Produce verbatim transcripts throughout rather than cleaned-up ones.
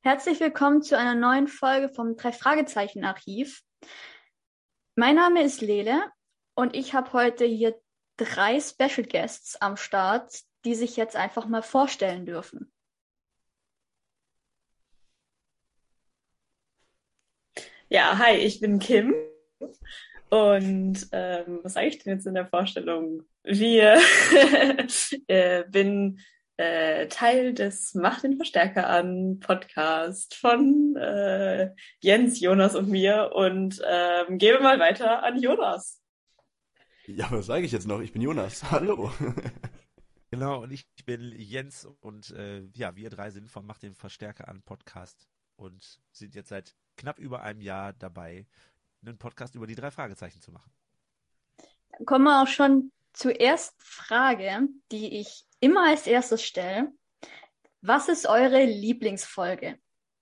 Herzlich willkommen zu einer neuen Folge vom Drei-Fragezeichen-Archiv. Mein Name ist Lele und ich habe heute hier drei Special Guests am Start, die sich jetzt einfach mal vorstellen dürfen. Ja, hi, ich bin Kim und ähm, was sage ich denn jetzt in der Vorstellung? Wir äh, bin äh, Teil des Mach den Verstärker an Podcast von äh, Jens, Jonas und mir und ähm, gebe mal weiter an Jonas. Ja, was sage ich jetzt noch? Ich bin Jonas. Hallo. Genau, und ich bin Jens und äh, ja, wir drei sind vom Mach den Verstärker an Podcast und sind jetzt seit knapp über einem Jahr dabei, einen Podcast über die drei Fragezeichen zu machen. Dann kommen wir auch schon zur ersten Frage, die ich immer als erstes stelle. Was ist eure Lieblingsfolge?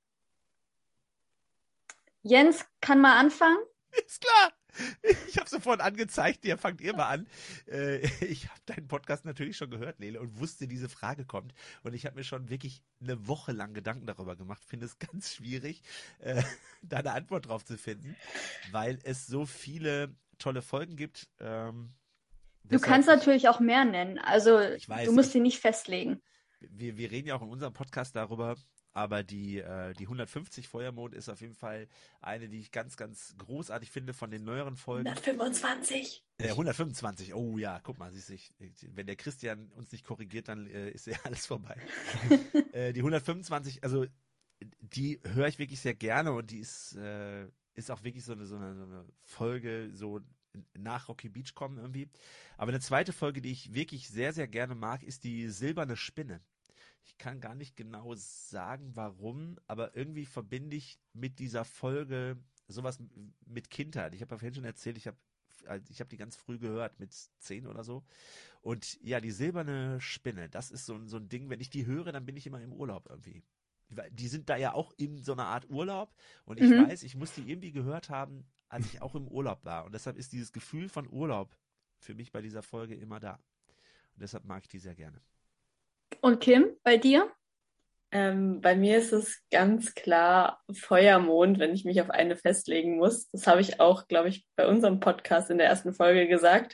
Jens kann mal anfangen. Ist klar! Ich habe sofort angezeigt, ihr fangt ihr mal an. Äh, ich habe deinen Podcast natürlich schon gehört, Lele, und wusste, diese Frage kommt. Und ich habe mir schon wirklich eine Woche lang Gedanken darüber gemacht. Finde es ganz schwierig, äh, da eine Antwort drauf zu finden, weil es so viele tolle Folgen gibt. Ähm, Du deshalb, kannst natürlich auch mehr nennen, also ich, ich du weiß, musst ich, sie nicht festlegen. wir, wir reden ja auch in unserem Podcast darüber, aber die, äh, die hundertfünfzig Feuermond ist auf jeden Fall eine, die ich ganz, ganz großartig finde von den neueren Folgen. hundertfünfundzwanzig. Äh, hundertfünfundzwanzig, oh ja, guck mal, siehst du, ich, wenn der Christian uns nicht korrigiert, dann äh, ist ja alles vorbei. äh, die hundertfünfundzwanzig, also die höre ich wirklich sehr gerne und die ist, äh, ist auch wirklich so eine, so eine, so eine Folge, so nach Rocky Beach kommen irgendwie. Aber eine zweite Folge, die ich wirklich sehr, sehr gerne mag, ist die Silberne Spinne. Ich kann gar nicht genau sagen, warum, aber irgendwie verbinde ich mit dieser Folge sowas mit Kindheit. Ich habe ja vorhin schon erzählt, ich habe ich habe die ganz früh gehört, mit zehn oder so. Und ja, die Silberne Spinne, das ist so, ein- so ein Ding, wenn ich die höre, dann bin ich immer im Urlaub irgendwie. Weil die sind da ja auch in so einer Art Urlaub und ich Mhm. weiß, ich muss die irgendwie gehört haben, als ich auch im Urlaub war. Und deshalb ist dieses Gefühl von Urlaub für mich bei dieser Folge immer da. Und deshalb mag ich die sehr gerne. Und Kim, bei dir? Ähm, bei mir ist es ganz klar Feuermond, wenn ich mich auf eine festlegen muss. Das habe ich auch, glaube ich, bei unserem Podcast in der ersten Folge gesagt.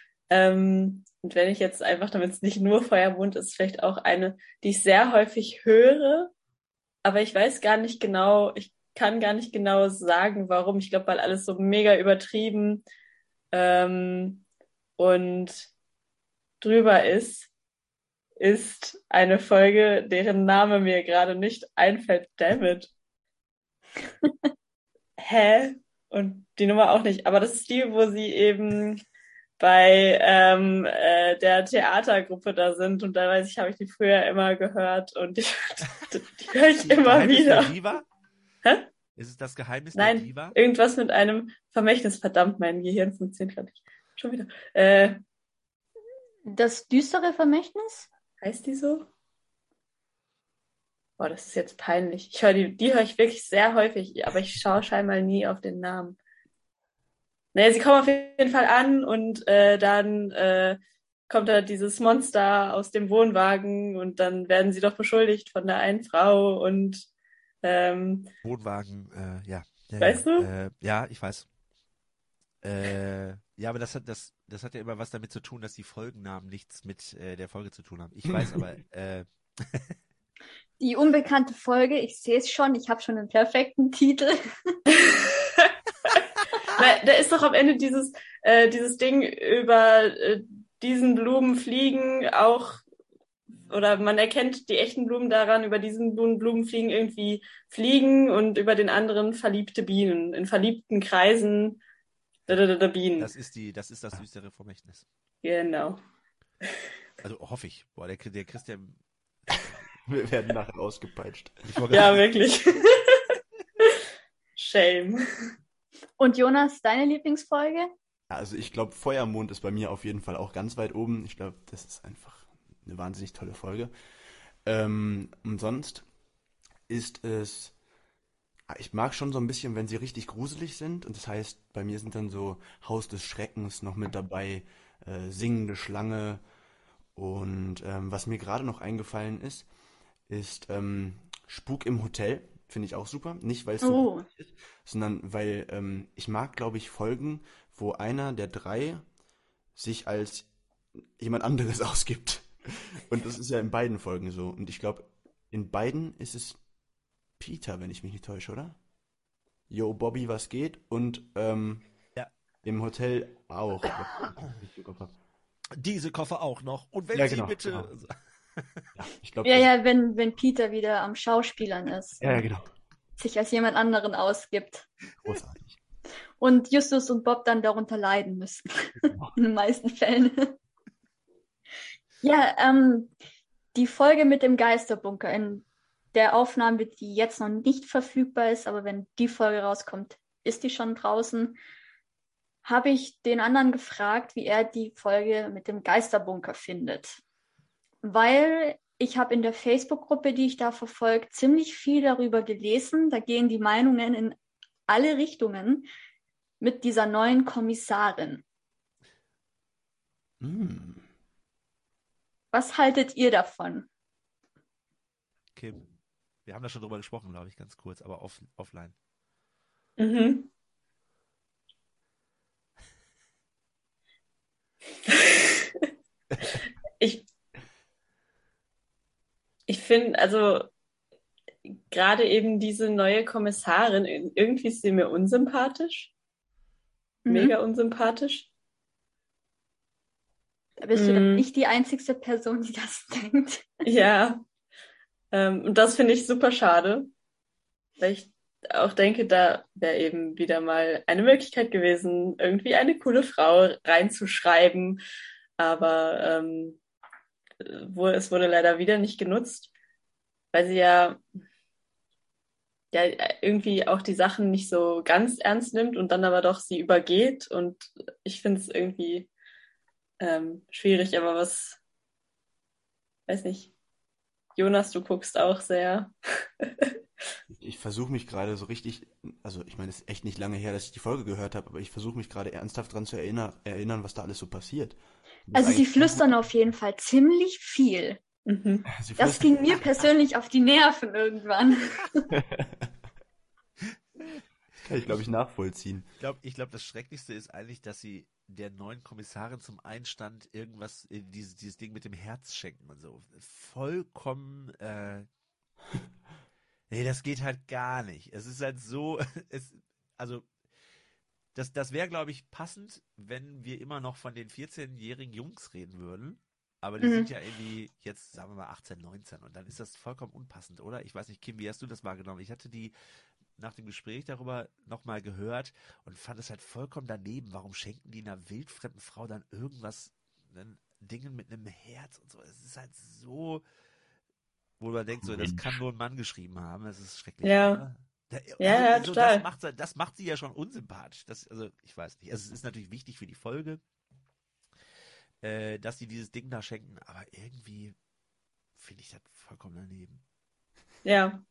Ähm, und wenn ich jetzt einfach, damit es nicht nur Feuermond ist, vielleicht auch eine, die ich sehr häufig höre, aber ich weiß gar nicht genau, ich kann gar nicht genau sagen, warum. Ich glaube, weil alles so mega übertrieben ähm, und drüber ist, ist eine Folge, deren Name mir gerade nicht einfällt. Dammit. Hä? Und die Nummer auch nicht. Aber das ist die, wo sie eben bei ähm, äh, der Theatergruppe da sind. Und da weiß ich, habe ich die früher immer gehört und die, die, die höre ich Die immer Geheimnis der wieder. Diva? Hä? Ist es das Geheimnis der Nein, Diva? irgendwas mit einem Vermächtnis. Verdammt, mein Gehirn funktioniert gerade nicht. Schon wieder. Äh, Das düstere Vermächtnis? heißt die so? Boah, das ist jetzt peinlich. Ich höre die, die höre ich wirklich sehr häufig, aber ich schaue scheinbar nie auf den Namen. Naja, sie kommen auf jeden Fall an und äh, dann äh, kommt da dieses Monster aus dem Wohnwagen und dann werden sie doch beschuldigt von der einen Frau und ähm, Wohnwagen, äh, ja, ja, ja, weißt du? äh, ja, ich weiß. Äh, ja, aber das hat das, das hat ja immer was damit zu tun, dass die Folgennamen nichts mit äh, der Folge zu tun haben. Ich weiß aber, äh, Die unbekannte Folge, ich sehe es schon, ich habe schon den perfekten Titel. Na, da ist doch am Ende dieses, äh, dieses Ding über äh, diesen Blumen fliegen auch, oder man erkennt die echten Blumen daran, über diesen Blumen, Blumen fliegen irgendwie Fliegen und über den anderen verliebte Bienen. In verliebten Kreisen da, ja, da, da, da, Bienen. das ist die, das ist das düstere Vermächtnis. Genau. Also hoffe ich. Boah, der, der Christian, Wir werden nachher ausgepeitscht. ich wollte Ja, gerade, wirklich. Shame. Und Jonas, deine Lieblingsfolge? Also ich glaube, Feuermond ist bei mir auf jeden Fall auch ganz weit oben. Ich glaube, das ist einfach eine wahnsinnig tolle Folge. Ähm, und sonst ist es, ah, ich mag schon so ein bisschen, wenn sie richtig gruselig sind. Und das heißt, bei mir sind dann so Haus des Schreckens noch mit dabei, äh, singende Schlange. Und ähm, was mir gerade noch eingefallen ist, ist ähm, Spuk im Hotel. finde ich auch super. Nicht, weil es so Oh, gut ist, sondern weil ähm, ich mag, glaube ich, Folgen, wo einer der drei sich als jemand anderes ausgibt. Und das ist ja in beiden Folgen so. Und ich glaube, in beiden ist es Peter, wenn ich mich nicht täusche, oder? Yo, Bobby, was geht? Und ähm, Ja. im Hotel auch. wenn ich das richtig im Kopf hab. Diese Koffer auch noch. Und wenn Ja, Sie genau, bitte. genau. Ja, ich glaube, ja, das. ja, wenn, wenn Peter wieder am Schauspielern ist Ja, ja, und genau. sich als jemand anderen ausgibt. Großartig. Und Justus und Bob dann darunter leiden müssen. Genau. In den meisten Fällen. Ja, ähm, die Folge mit dem Geisterbunker in der Aufnahme, die jetzt noch nicht verfügbar ist, aber wenn die Folge rauskommt, ist die schon draußen, habe ich den anderen gefragt, wie er die Folge mit dem Geisterbunker findet. Weil ich habe in der Facebook-Gruppe, die ich da verfolge, ziemlich viel darüber gelesen. Da gehen die Meinungen in alle Richtungen mit dieser neuen Kommissarin. Mm. Was haltet ihr davon? Kim. Wir haben da schon drüber gesprochen, glaube ich, ganz kurz, aber off offline. Mhm. Ich, ich finde, also gerade eben diese neue Kommissarin, irgendwie ist sie mir unsympathisch, mega Mhm. unsympathisch. Da bist du dann Mm, nicht die einzigste Person, die das denkt. ja, ähm, und das finde ich super schade, weil ich auch denke, da wäre eben wieder mal eine Möglichkeit gewesen, irgendwie eine coole Frau reinzuschreiben, aber ähm, wo, es wurde leider wieder nicht genutzt, weil sie ja, ja irgendwie auch die Sachen nicht so ganz ernst nimmt und dann aber doch sie übergeht und ich finde es irgendwie ähm, schwierig, aber was, weiß nicht, Jonas, du guckst auch sehr. Ich versuche mich gerade so richtig, also ich meine, es ist echt nicht lange her, dass ich die Folge gehört habe, aber ich versuche mich gerade ernsthaft dran zu erinnern, erinnern, was da alles so passiert. Und das ist Also sie eigentlich voll gut. flüstern auf jeden Fall ziemlich viel. Mhm. Sie Das flüstern. ging mir persönlich auf die Nerven irgendwann. Kann ich, glaube ich, nachvollziehen. Ich glaube, ich glaub, das Schrecklichste ist eigentlich, dass sie der neuen Kommissarin zum Einstand irgendwas, äh, dieses, dieses Ding mit dem Herz schenken und so. Vollkommen, äh, nee, das geht halt gar nicht. Es ist halt so, es, also, das, das wäre, glaube ich, passend, wenn wir immer noch von den vierzehnjährigen Jungs reden würden. Aber die sind Mhm. ja irgendwie jetzt, sagen wir mal, achtzehn, neunzehn. Und dann ist das vollkommen unpassend, oder? Ich weiß nicht, Kim, wie hast du das wahrgenommen? Ich hatte die nach dem Gespräch darüber nochmal gehört und fand es halt vollkommen daneben. Warum schenken die einer wildfremden Frau dann irgendwas, dann Dingen mit einem Herz und so? Es ist halt so, wo man denkt, so, das kann nur ein Mann geschrieben haben. Das ist schrecklich, Ja, oder? Da, ja, also, ja, also das total. macht sie, das macht sie ja schon unsympathisch. Das, also, ich weiß nicht. Also, es ist natürlich wichtig für die Folge, äh, dass sie dieses Ding da schenken, aber irgendwie finde ich das vollkommen daneben. Ja,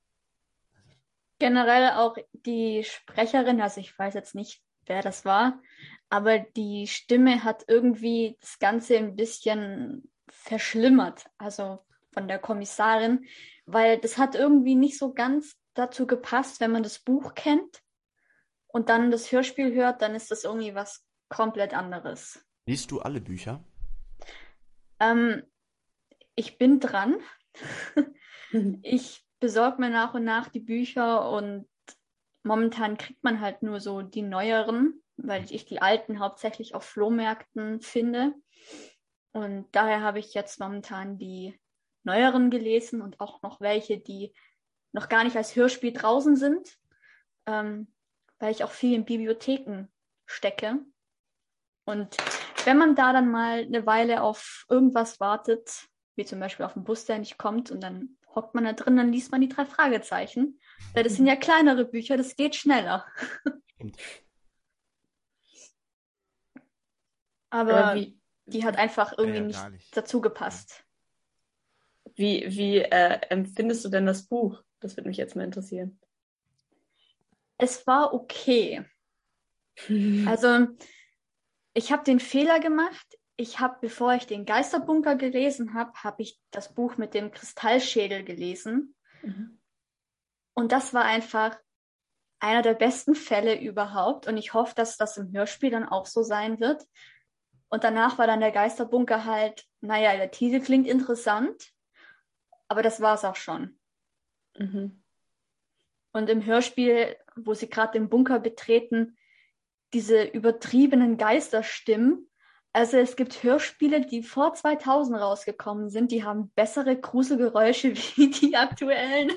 Generell auch die Sprecherin, also ich weiß jetzt nicht, wer das war, aber die Stimme hat irgendwie das Ganze ein bisschen verschlimmert, also von der Kommissarin, weil das hat irgendwie nicht so ganz dazu gepasst, wenn man das Buch kennt und dann das Hörspiel hört, dann ist das irgendwie was komplett anderes. Liest du alle Bücher? Ähm, ich bin dran. Ich besorge mir nach und nach die Bücher und momentan kriegt man halt nur so die neueren, weil ich die alten hauptsächlich auf Flohmärkten finde. Und daher habe ich jetzt momentan die neueren gelesen und auch noch welche, die noch gar nicht als Hörspiel draußen sind, ähm, weil ich auch viel in Bibliotheken stecke. Und wenn man da dann mal eine Weile auf irgendwas wartet, wie zum Beispiel auf den Bus, der nicht kommt, und dann hockt man da drin, dann liest man die drei Fragezeichen. Weil das sind ja kleinere Bücher, das geht schneller. Stimmt. aber Aber wie, die hat einfach irgendwie ja, nicht gar nicht. dazu gepasst. wie, wie äh, empfindest du denn das Buch? Das würde mich jetzt mal interessieren. Es war okay. Also, ich habe den Fehler gemacht. Ich habe, bevor ich den Geisterbunker gelesen habe, habe ich das Buch mit dem Kristallschädel gelesen. Mhm. Und das war einfach einer der besten Fälle überhaupt. Und ich hoffe, dass das im Hörspiel dann auch so sein wird. Und danach war dann der Geisterbunker halt, naja, der Titel klingt interessant, aber das war's auch schon. Mhm. Und im Hörspiel, wo sie gerade den Bunker betreten, diese übertriebenen Geisterstimmen. Also es gibt Hörspiele, die vor zweitausend rausgekommen sind, die haben bessere Gruselgeräusche wie die aktuellen.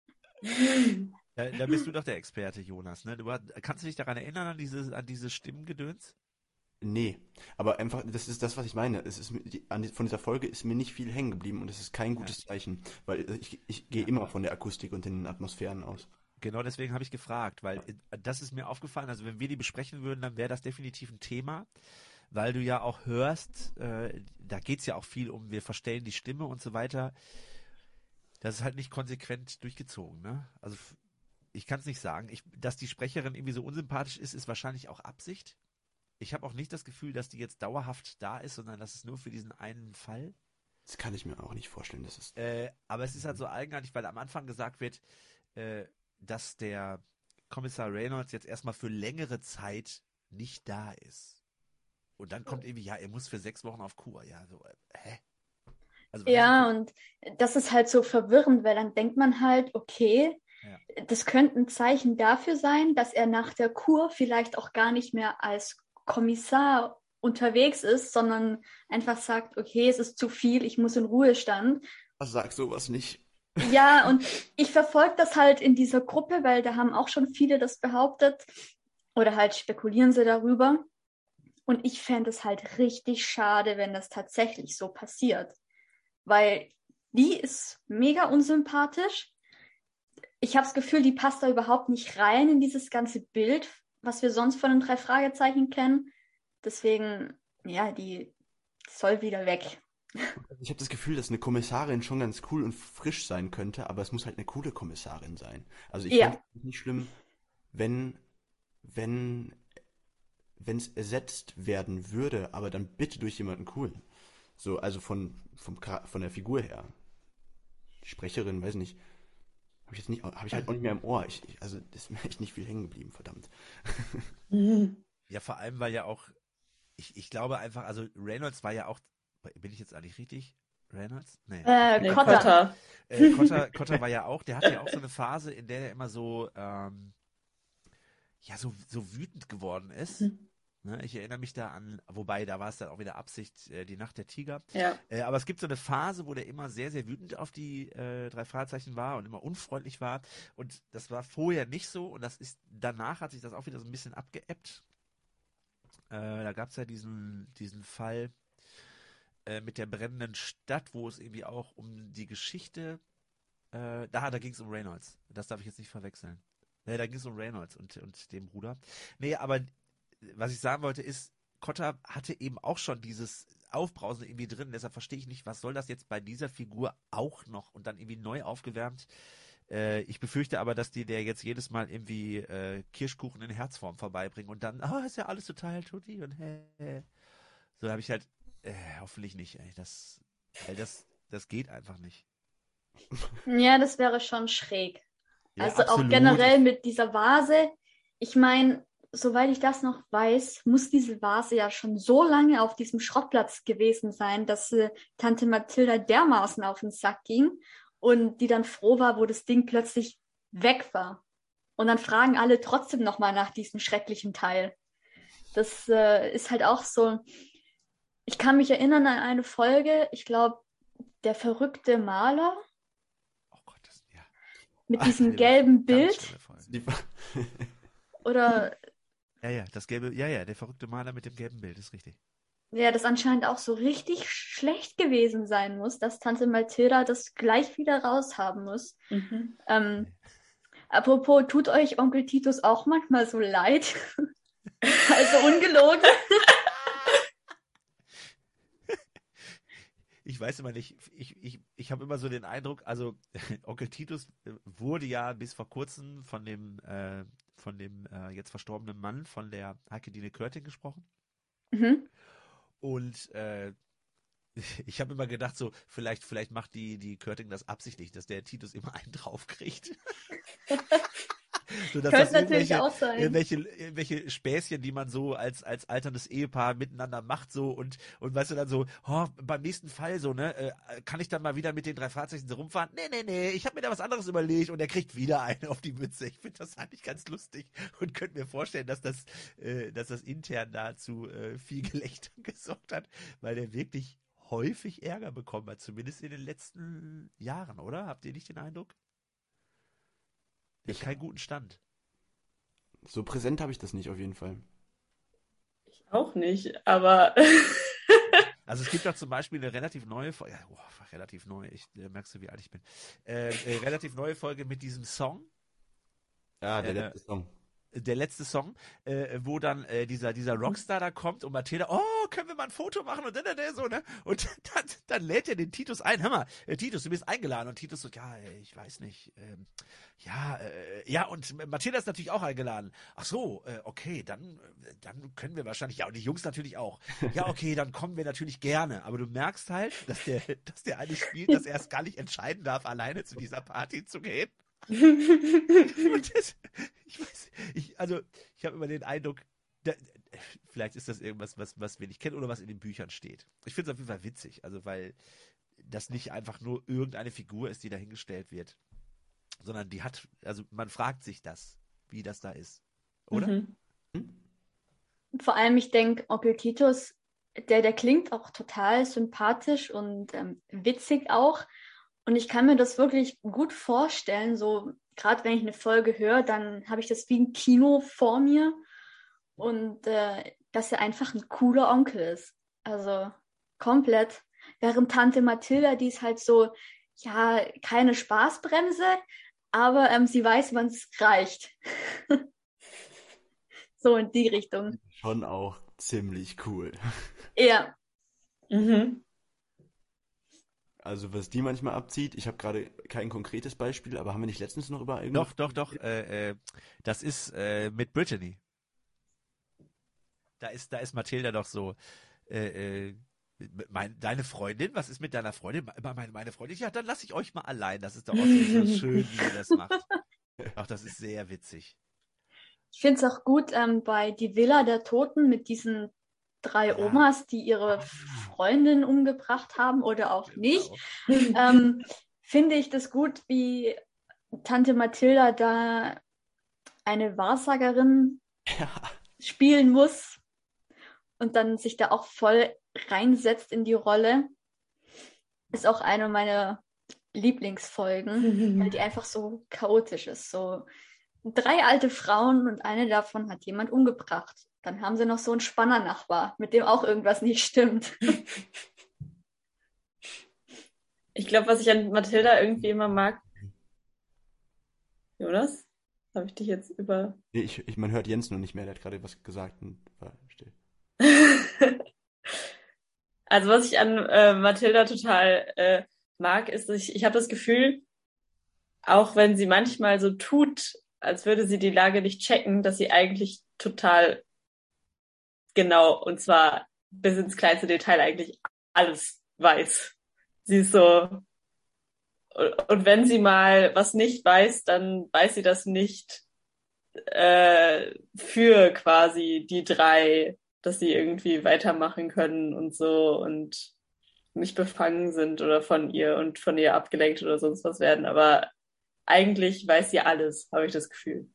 Da, da bist du doch der Experte, Jonas. Ne? Du, kannst du dich daran erinnern, an diese, an diese Stimmengedöns? Nee, aber einfach, das ist das, was ich meine. Es ist, mir- die, an, die- von dieser Folge ist mir nicht viel hängen geblieben und es ist kein gutes Zeichen, weil ich, ich gehe Ja. immer von der Akustik und den Atmosphären aus. Genau deswegen habe ich gefragt, weil äh, das ist mir aufgefallen. Also wenn wir die besprechen würden, dann wäre das definitiv ein Thema, weil du ja auch hörst, äh, da geht's ja auch viel um, wir verstellen die Stimme und so weiter. Das ist halt nicht konsequent durchgezogen, ne? Also f- ich kann es nicht sagen. Ich, dass die Sprecherin irgendwie so unsympathisch ist, ist wahrscheinlich auch Absicht. Ich habe auch nicht das Gefühl, dass die jetzt dauerhaft da ist, sondern das ist nur für diesen einen Fall. Das kann ich mir auch nicht vorstellen. Das ist, Äh, aber es ist halt so eigenartig, weil am Anfang gesagt wird, äh, dass der Kommissar Reynolds jetzt erstmal für längere Zeit nicht da ist. Und dann kommt irgendwie, ja, er muss für sechs Wochen auf Kur. Ja, so, äh, hä? Also, Ja, und das ist halt so verwirrend, weil dann denkt man halt, okay, Ja. das könnte ein Zeichen dafür sein, dass er nach der Kur vielleicht auch gar nicht mehr als Kommissar unterwegs ist, sondern einfach sagt, okay, es ist zu viel, ich muss in Ruhestand. sag sowas nicht. Ja, und ich verfolge das halt in dieser Gruppe, weil da haben auch schon viele das behauptet oder halt spekulieren sie darüber. Und ich fände es halt richtig schade, wenn das tatsächlich so passiert, weil die ist mega unsympathisch. Ich habe das Gefühl, die passt da überhaupt nicht rein in dieses ganze Bild, was wir sonst von den drei Fragezeichen kennen. Deswegen, ja, die soll wieder weg. Ich habe das Gefühl, dass eine Kommissarin schon ganz cool und frisch sein könnte, aber es muss halt eine coole Kommissarin sein. Also ich Ja. fände es nicht schlimm, wenn, wenn, wenn es ersetzt werden würde, aber dann bitte durch jemanden coolen. So, also von, vom, Chara- von der Figur her. Die Sprecherin, weiß nicht, habe ich jetzt nicht, habe ich halt auch nicht mehr im Ohr. Ich, ich, also das ist mir echt nicht viel hängen geblieben, verdammt. Mhm. Ja, vor allem, weil ja auch, ich, ich glaube einfach, also Reynolds war ja auch, bin ich jetzt eigentlich richtig? Reynolds? Nee. Äh, Nee, Cotta. Cotta. Äh, Cotta, Cotta war ja auch, der hatte ja auch so eine Phase, in der er immer so, ähm, ja, so, so wütend geworden ist. Mhm. Ne, ich erinnere mich da an, wobei, da war es dann auch wieder Absicht, äh, die Nacht der Tiger. Ja. Äh, aber es gibt so eine Phase, wo der immer sehr, sehr wütend auf die äh, drei Fragezeichen war und immer unfreundlich war. Und das war vorher nicht so und das ist, danach hat sich das auch wieder so ein bisschen abgeebbt. Äh, da gab es ja diesen, diesen Fall äh, mit der brennenden Stadt, wo es irgendwie auch um die Geschichte, äh, da, da ging es um Reynolds. Das darf ich jetzt nicht verwechseln. Nee, da ging es um Reynolds und, und dem Bruder. Nee, aber was ich sagen wollte ist, Cotta hatte eben auch schon dieses Aufbrausen irgendwie drin, deshalb verstehe ich nicht, was soll das jetzt bei dieser Figur auch noch und dann irgendwie neu aufgewärmt. Äh, ich befürchte aber, dass die der jetzt jedes Mal irgendwie äh, Kirschkuchen in Herzform vorbeibringen und dann, ah, ist ja alles total tutti und hä. So habe ich halt, äh, hoffentlich nicht, ey, das, weil das, das geht einfach nicht. Ja, das wäre schon schräg. Ja, Also auch absolut. generell mit dieser Vase. Ich meine, soweit ich das noch weiß, muss diese Vase ja schon so lange auf diesem Schrottplatz gewesen sein, dass äh, Tante Mathilda dermaßen auf den Sack ging und die dann froh war, wo das Ding plötzlich weg war. Und dann fragen alle trotzdem nochmal nach diesem schrecklichen Teil. Das äh, ist halt auch so. Ich kann mich erinnern an eine Folge, ich glaube, der verrückte Maler Oh Gott, das, ja. mit diesem Schlimme- gelben ganz Bild. schlimme Folge. Die, Oder Ja, ja, das gelbe, ja, ja, der verrückte Maler mit dem gelben Bild, ist richtig. ja, das anscheinend auch so richtig schlecht gewesen sein muss, dass Tante Mathilda das gleich wieder raushaben muss. Mhm. Ähm, apropos, tut euch Onkel Titus auch manchmal so leid? Also ungelogen. Ich weiß immer nicht, ich, ich, ich habe immer so den Eindruck, also Onkel Titus äh, wurde ja bis vor kurzem von dem, äh, von dem äh, jetzt verstorbenen Mann von der Heike Dine Körting gesprochen. Mhm. Und äh, Ich habe immer gedacht, so, vielleicht, vielleicht macht die, die Körting das absichtlich, dass der Titus immer einen draufkriegt. So, dass das Könnte natürlich irgendwelche, auch sein. irgendwelche, irgendwelche Späßchen, die man so als, als alterndes Ehepaar miteinander macht, so, und, und weißt du dann so, oh, beim nächsten Fall so, ne, äh, kann ich dann mal wieder mit den drei Fahrzeichen so rumfahren? Nee, nee, nee, ich habe mir da was anderes überlegt, und er kriegt wieder eine auf die Mütze. Ich finde das eigentlich ganz lustig und könnte mir vorstellen, dass das, äh, dass das intern dazu äh, viel Gelächter gesorgt hat, weil der wirklich häufig Ärger bekommen hat, zumindest in den letzten Jahren, oder? Habt ihr nicht den Eindruck? Der hat Ich, keinen guten Stand. so präsent habe ich das nicht auf jeden Fall. Ich auch nicht, aber Also es gibt da zum Beispiel eine relativ neue Folge, ja, oh, relativ neu, ich äh, merkst du, wie alt ich bin, äh, äh, relativ neue Folge mit diesem Song, Ja, der äh, letzte Song. der letzte Song, äh, wo dann äh, dieser, dieser Rockstar da kommt und Mathilda, oh, können wir mal ein Foto machen und dann, dann, so, ne? Und dann, dann lädt er den Titus ein. Hör mal, äh, Titus, du bist eingeladen. Und Titus so, ja, äh, ich weiß nicht. Ähm, ja, äh, ja, und Mathilda ist natürlich auch eingeladen. Ach so, äh, okay, dann, äh, dann können wir wahrscheinlich, ja, und die Jungs natürlich auch. Ja, okay, dann kommen wir natürlich gerne. Aber du merkst halt, dass der, dass der eine spielt, dass er es gar nicht entscheiden darf, alleine zu dieser Party zu gehen. Und das, ich weiß, ich, also ich habe immer den Eindruck, da, vielleicht ist das irgendwas, was, was wir nicht kennen oder was in den Büchern steht. Ich finde es auf jeden Fall witzig, also weil das nicht einfach nur irgendeine Figur ist, die dahingestellt wird, sondern die hat, also man fragt sich das, wie das da ist, oder? Mhm. Vor allem, ich denke, Onkel Titus, der, der klingt auch total sympathisch und ähm, witzig auch. Und ich kann mir das wirklich gut vorstellen, so gerade wenn ich eine Folge höre, dann habe ich das wie ein Kino vor mir und äh, dass er einfach ein cooler Onkel ist. Also komplett. Während Tante Mathilda, die ist halt so, ja, keine Spaßbremse, aber ähm, sie weiß, wann es reicht. So in die Richtung. Schon auch ziemlich cool. Ja, Mhm. Also was die manchmal abzieht, ich habe gerade kein konkretes Beispiel, aber haben wir nicht letztens noch über irgendwas? Doch, doch, doch, äh, äh, das ist äh, mit Brittany. Da ist, da ist Mathilda doch so, äh, äh, mein, deine Freundin, was ist mit deiner Freundin? Meine, meine Freundin, ja, dann lasse ich euch mal allein. Das ist doch auch so, so schön, wie ihr das macht. Ach, das ist sehr witzig. ich finde es auch gut ähm, bei Die Villa der Toten mit diesen drei Ja. Omas, die ihre Freundin umgebracht haben oder auch nicht. Ähm, finde ich das gut, wie Tante Mathilda da eine Wahrsagerin Ja. spielen muss und dann sich da auch voll reinsetzt in die Rolle. Ist auch eine meiner Lieblingsfolgen, weil die einfach so chaotisch ist. So drei alte Frauen und eine davon hat jemand umgebracht. Dann haben sie noch so einen Spannernachbar, mit dem auch irgendwas nicht stimmt. Ich glaube, was ich an Mathilda irgendwie immer mag. Jonas, habe ich dich jetzt über. Nee, ich, ich, man hört Jens nur nicht mehr, der hat gerade was gesagt und war still. Also was ich an äh, Mathilda total äh, mag, ist, dass ich, ich habe das Gefühl, auch wenn sie manchmal so tut, als würde sie die Lage nicht checken, dass sie eigentlich total genau, und zwar bis ins kleinste Detail eigentlich alles weiß. Sie ist so, und wenn sie mal was nicht weiß, dann weiß sie das nicht äh, für quasi die drei, dass sie irgendwie weitermachen können und so und nicht befangen sind oder von ihr und von ihr abgelenkt oder sonst was werden. Aber eigentlich weiß sie alles, habe ich das Gefühl.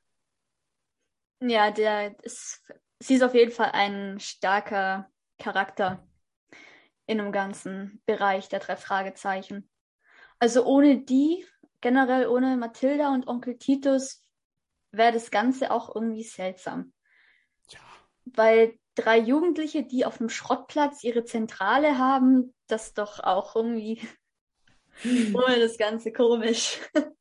Ja, der ist, sie ist auf jeden Fall ein starker Charakter in dem ganzen Bereich der drei Fragezeichen. Also ohne die, generell ohne Mathilda und Onkel Titus, wäre das Ganze auch irgendwie seltsam. Ja. Weil drei Jugendliche, die auf dem Schrottplatz ihre Zentrale haben, das ist doch auch irgendwie ohne das Ganze komisch.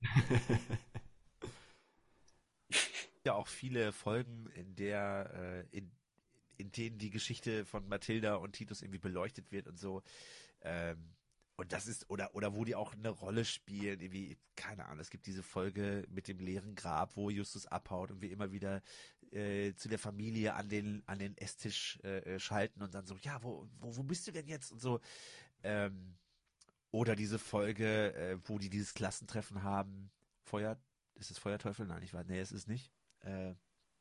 Ja, auch viele Folgen, in der, äh, in, in denen die Geschichte von Mathilda und Titus irgendwie beleuchtet wird und so. Ähm, Und das ist, oder, oder wo die auch eine Rolle spielen, irgendwie, keine Ahnung, es gibt diese Folge mit dem leeren Grab, wo Justus abhaut und wir immer wieder äh, zu der Familie an den, an den Esstisch äh, schalten und dann so, ja, wo, wo, wo bist du denn jetzt? Und so, ähm, oder diese Folge, äh, wo die dieses Klassentreffen haben, Feuer, ist es Feuerteufel? Nein, ich weiß, nee, es ist nicht. Äh,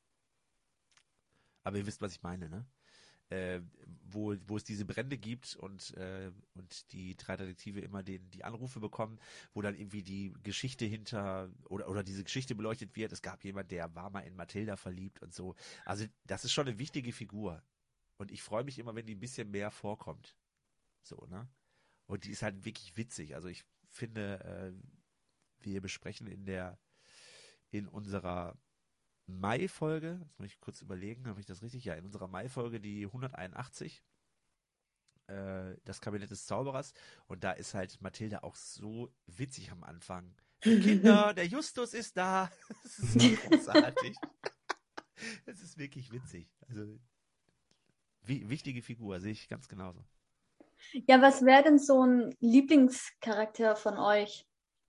aber ihr wisst, was ich meine, ne? Äh, wo, wo es diese Brände gibt und, äh, und die drei Detektive immer den, die Anrufe bekommen, wo dann irgendwie die Geschichte hinter oder, oder diese Geschichte beleuchtet wird. Es gab jemand, der war mal in Mathilda verliebt und so. Also das ist schon eine wichtige Figur. Und ich freue mich immer, wenn die ein bisschen mehr vorkommt. So, ne? Und die ist halt wirklich witzig. Also ich finde, äh, wir besprechen in der, in unserer Mai-Folge, jetzt muss ich kurz überlegen, habe ich das richtig? Ja, in unserer Mai-Folge die hunderteinundachtzig, äh, das Kabinett des Zauberers. Und da ist halt Mathilda auch so witzig am Anfang. Die Kinder, der Justus ist da. Das ist so großartig. Es ist wirklich witzig. Also, wie, wichtige Figur, sehe ich ganz genauso. Ja, was wäre denn so ein Lieblingscharakter von euch,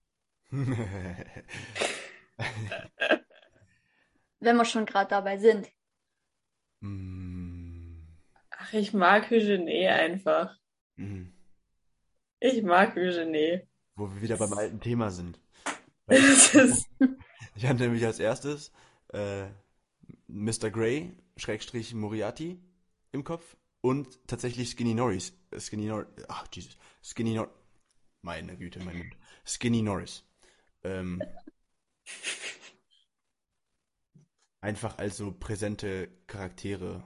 wenn wir schon gerade dabei sind? Mm, Ach, ich mag Eugenie einfach. mm. Ich mag Eugenie. Wo wir wieder beim alten Thema sind. Weil ich, Es ist, ich hatte nämlich als erstes äh, Mister Grey, Schrägstrich Moriarty im Kopf und tatsächlich Skinny Norris. Äh, Skinny Norris. Ach, Jesus. Skinny Norris. Meine Güte, mein Mund. Skinny Norris. Ähm, einfach als so präsente Charaktere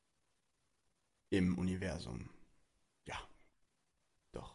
im Universum. Ja, doch.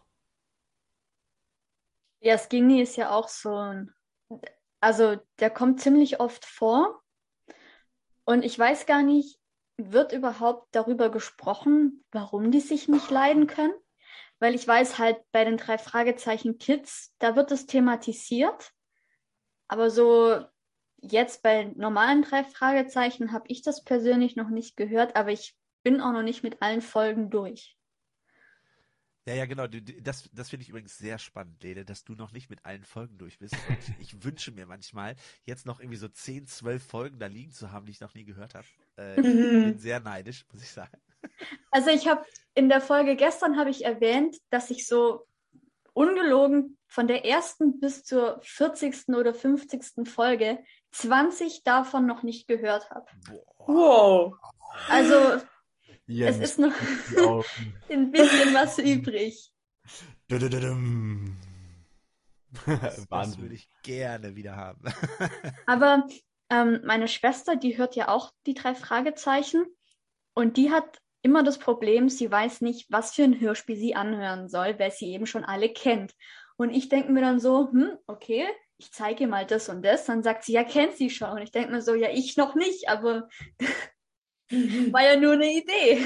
Ja, Skinny ist ja auch so ein, also der kommt ziemlich oft vor und ich weiß gar nicht, wird überhaupt darüber gesprochen, warum die sich nicht leiden können? Weil ich weiß halt, bei den drei Fragezeichen Kids, da wird es thematisiert, aber so jetzt bei normalen drei Fragezeichen habe ich das persönlich noch nicht gehört, aber ich bin auch noch nicht mit allen Folgen durch. Ja, ja, genau. Du- du- Das, das finde ich übrigens sehr spannend, Lele, dass du noch nicht mit allen Folgen durch bist. Und ich wünsche mir manchmal, jetzt noch irgendwie so zehn, zwölf Folgen da liegen zu haben, die ich noch nie gehört habe. Äh, ich bin sehr neidisch, muss ich sagen. Also ich habe in der Folge gestern habe ich erwähnt, dass ich so ungelogen von der ersten bis zur vierzigsten oder fünfzigsten Folge zwanzig davon noch nicht gehört habe. Boah. wow. Also es Jens, ist noch die Augen. ein bisschen was übrig. Dudududum. Das, das würde Wahnsinn. ich gerne wieder haben. Aber ähm, meine Schwester, die hört ja auch die drei Fragezeichen und die hat immer das Problem, sie weiß nicht, was für ein Hörspiel sie anhören soll, weil sie eben schon alle kennt. Und ich denke mir dann so, hm, okay, ich zeige ihr mal das und das. Dann sagt sie, ja, kennt sie schon. Und ich denke mir so, ja, ich noch nicht, aber war ja nur eine Idee.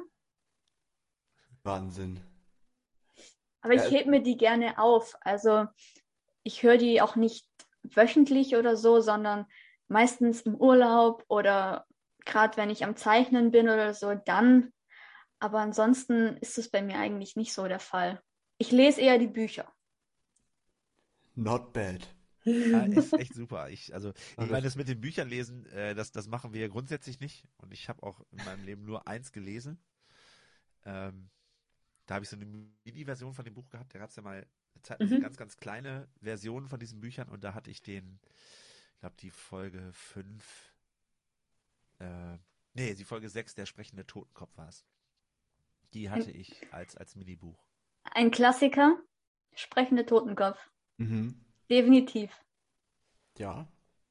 Wahnsinn. Aber ich Ja, hebe mir die gerne auf. Also ich höre die auch nicht wöchentlich oder so, sondern meistens im Urlaub oder gerade wenn ich am Zeichnen bin oder so, dann. Aber ansonsten ist es bei mir eigentlich nicht so der Fall. Ich lese eher die Bücher. not bad. Ja, ist echt super. Ich, also, ich Also, meine, das mit den Büchern lesen, äh, das, das machen wir ja grundsätzlich nicht. Und ich habe auch in meinem Leben nur eins gelesen. Ähm, da habe ich so eine Mini-Version von dem Buch gehabt. Da gab es ja mal zeitweise Mhm. ganz, ganz kleine Versionen von diesen Büchern. Und da hatte ich den, ich glaube, die Folge fünf, äh, nee, die Folge sechs, der sprechende Totenkopf war es. Die hatte Ein, ich als, als Minibuch. ein Klassiker, sprechende Totenkopf. mhm. Definitiv. Ja.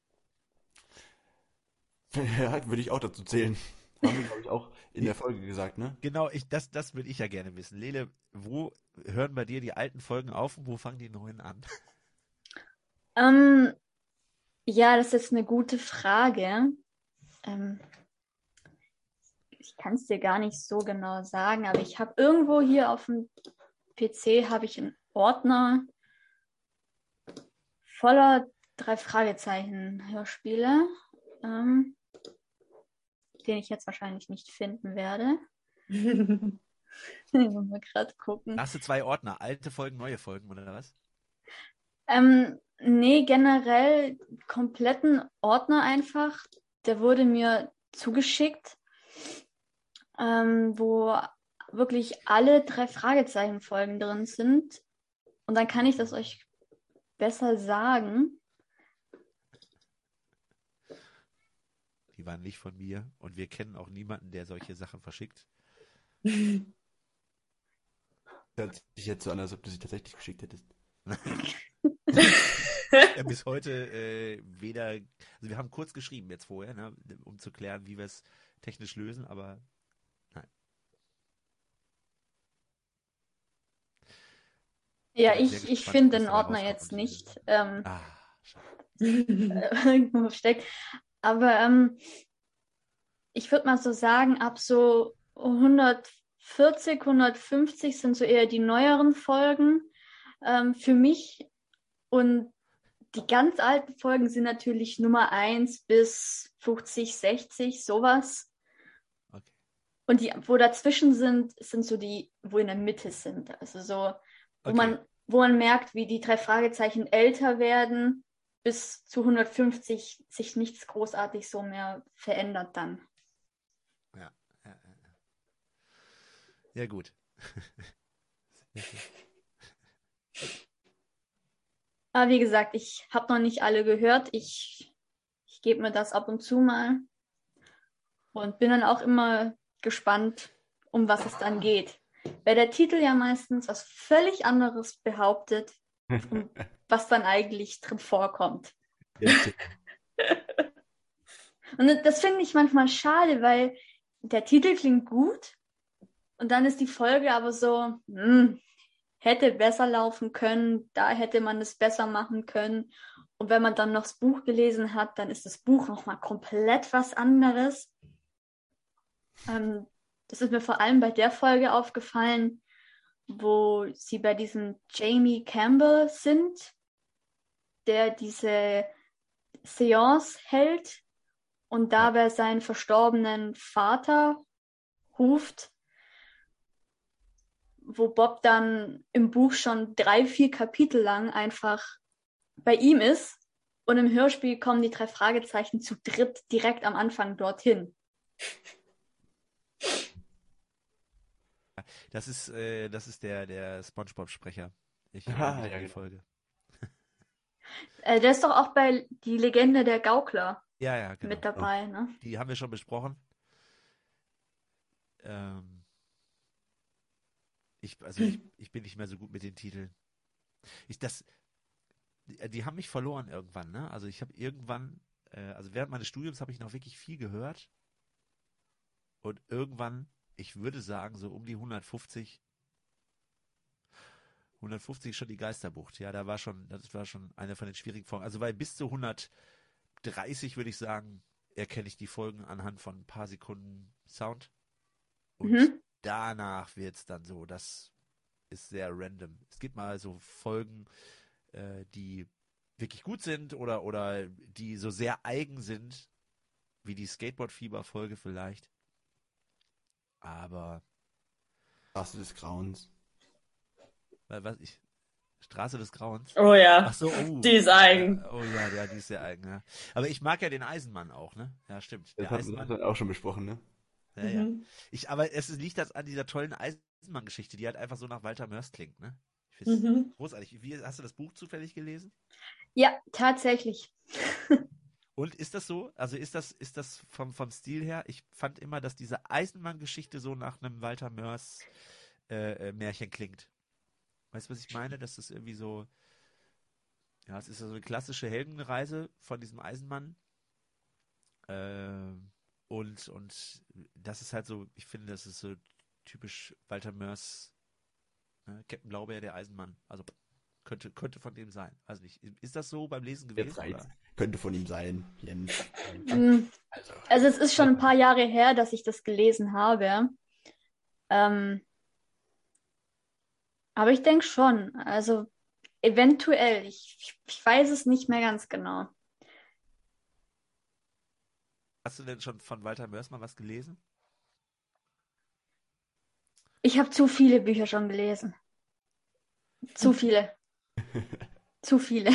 Ja, würde ich auch dazu zählen. Haben wir, glaube ich, auch in der Folge gesagt, ne? Genau, ich, das, das würde ich ja gerne wissen. Lele, wo hören bei dir die alten Folgen auf und wo fangen die neuen an? Ähm, ja, das ist jetzt eine gute Frage. Ähm, ich kann es dir gar nicht so genau sagen, aber ich habe irgendwo hier auf dem P C habe ich einen Ordner voller drei Fragezeichen Hörspiele, ähm, den ich jetzt wahrscheinlich nicht finden werde. Ich muss mal gerade gucken. Hast du zwei Ordner, alte Folgen, neue Folgen oder was? Ähm, nee, generell kompletten Ordner einfach. Der wurde mir zugeschickt, ähm, wo wirklich alle drei Fragezeichen-Folgen drin sind. Und dann kann ich das euch besser sagen. Die waren nicht von mir und wir kennen auch niemanden, der solche Sachen verschickt. Hört sich jetzt so an, als ob du sie tatsächlich geschickt hättest. Ja, bis heute äh, weder, also wir haben kurz geschrieben jetzt vorher, ne, um zu klären, wie wir es technisch lösen, aber nein. Ja, Ich bin sehr ich, ich gespannt, finde was den dabei Ordner rauskommt jetzt und diese- nicht ähm, Ah, schade. irgendwo versteckt. Aber ähm, ich würde mal so sagen, ab so hundertvierzig, hundertfünfzig sind so eher die neueren Folgen ähm, für mich. Und die ganz alten Folgen sind natürlich Nummer eins bis fünfzig, sechzig, sowas. Okay. Und die, wo dazwischen sind, sind so die, wo in der Mitte sind. Also so, wo Okay. man, wo man merkt, wie die drei Fragezeichen älter werden, bis zu hundertfünfzig sich nichts großartig so mehr verändert dann. Ja, ja, ja. Ja, gut. Sehr schön. Aber wie gesagt, ich habe noch nicht alle gehört. Ich, ich gebe mir das ab und zu mal und bin dann auch immer gespannt, um was es dann geht. Weil der Titel ja meistens was völlig anderes behauptet, und was dann eigentlich drin vorkommt. Jetzt, Und das finde ich manchmal schade, weil der Titel klingt gut und dann ist die Folge aber so, hm, hätte besser laufen können, da hätte man es besser machen können. Und wenn man dann noch das Buch gelesen hat, dann ist das Buch nochmal komplett was anderes. Ähm, das ist mir vor allem bei der Folge aufgefallen, wo sie bei diesem Jamie Campbell sind, der diese Seance hält und dabei seinen verstorbenen Vater ruft, wo Bob dann im Buch schon drei, vier Kapitel lang einfach bei ihm ist und im Hörspiel kommen die drei Fragezeichen zu dritt direkt am Anfang dorthin. Das ist, äh, das ist der, der SpongeBob-Sprecher. Ich Ah, erinnere mich ja, an die genau. Folge. Äh, der ist doch auch bei Die Legende der Gaukler Ja, ja, genau. mit dabei, ne? Die haben wir schon besprochen. Ähm, ich, also ich, ich bin nicht mehr so gut mit den Titeln. Ich, das, die, die haben mich verloren irgendwann, ne? Also ich habe irgendwann, äh, also während meines Studiums habe ich noch wirklich viel gehört. Und irgendwann, ich würde sagen, so um die hundertfünfzig, hundertfünfzig ist schon die Geisterbucht. Ja, da war schon, das war schon eine von den schwierigen Folgen. Also weil bis zu hundertdreißig würde ich sagen, erkenne ich die Folgen anhand von ein paar Sekunden Sound. Und Mhm. danach wird es dann so, das ist sehr random. Es gibt mal so Folgen, äh, die wirklich gut sind oder, oder die so sehr eigen sind, wie die Skateboard-Fieber-Folge vielleicht. Aber, Straße des Grauens. wa- was ich, Straße des Grauens. Oh ja, Ach so, oh. die ist eigen. Äh, oh ja, ja, die ist sehr eigen, ja. Aber ich mag ja den Eisenmann auch, ne? Ja, stimmt. Das Der hat, das hat Eisenmann. man auch schon besprochen, ne? Ja, ja. Mhm. Ich, aber es liegt das an dieser tollen Eisenmann-Geschichte, die halt einfach so nach Walter Mörs klingt, ne? Ich find's Mhm. großartig. Wie, hast du das Buch zufällig gelesen? Ja, tatsächlich. Und ist das so? Also ist das, ist das vom, vom Stil her? Ich fand immer, dass diese Eisenmann-Geschichte so nach einem Walter Mörs äh, äh, Märchen klingt. Weißt du, was ich meine? Dass das irgendwie so, ja, es ist so eine klassische Heldenreise von diesem Eisenmann. Äh, und, und das ist halt so, ich finde, das ist so typisch Walter Mörs, ne? Captain Blaubeer, der Eisenmann. Also könnte, könnte von dem sein. Also nicht. Ist das so beim Lesen Jetzt gewesen? reizt. Oder? Könnte von ihm sein, Jens. Mm, Also, Also es ist schon ein paar Jahre her, dass ich das gelesen habe. Ähm, aber ich denke schon. Also eventuell. Ich, ich, ich weiß es nicht mehr ganz genau. Hast du denn schon von Walter Mörs mal was gelesen? Ich habe zu viele Bücher schon gelesen. Zu viele. Zu viele.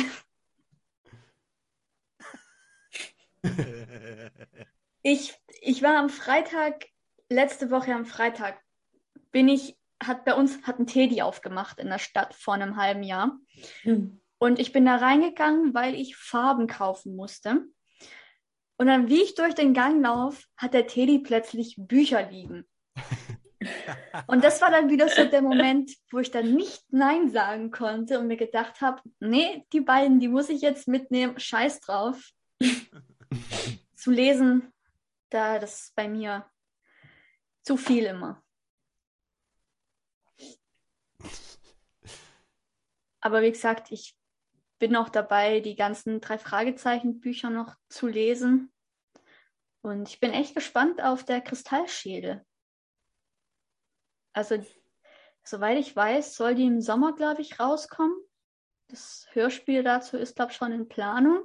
Ich, ich war am Freitag, letzte Woche am Freitag, bin ich, hat bei uns, hat ein Teddy aufgemacht in der Stadt vor einem halben Jahr. Hm. Und ich bin da reingegangen, weil ich Farben kaufen musste. Und dann, wie ich durch den Gang laufe, hat der Teddy plötzlich Bücher liegen. Und das war dann wieder so der Moment, wo ich dann nicht Nein sagen konnte und mir gedacht habe, nee, die beiden, die muss ich jetzt mitnehmen, scheiß drauf. Zu lesen, da das ist bei mir zu viel immer. Aber wie gesagt, ich bin auch dabei, die ganzen drei Fragezeichen-Bücher noch zu lesen. Und ich bin echt gespannt auf der Kristallschädel. Also, soweit ich weiß, soll die im Sommer, glaube ich, rauskommen. Das Hörspiel dazu ist, glaube ich, schon in Planung.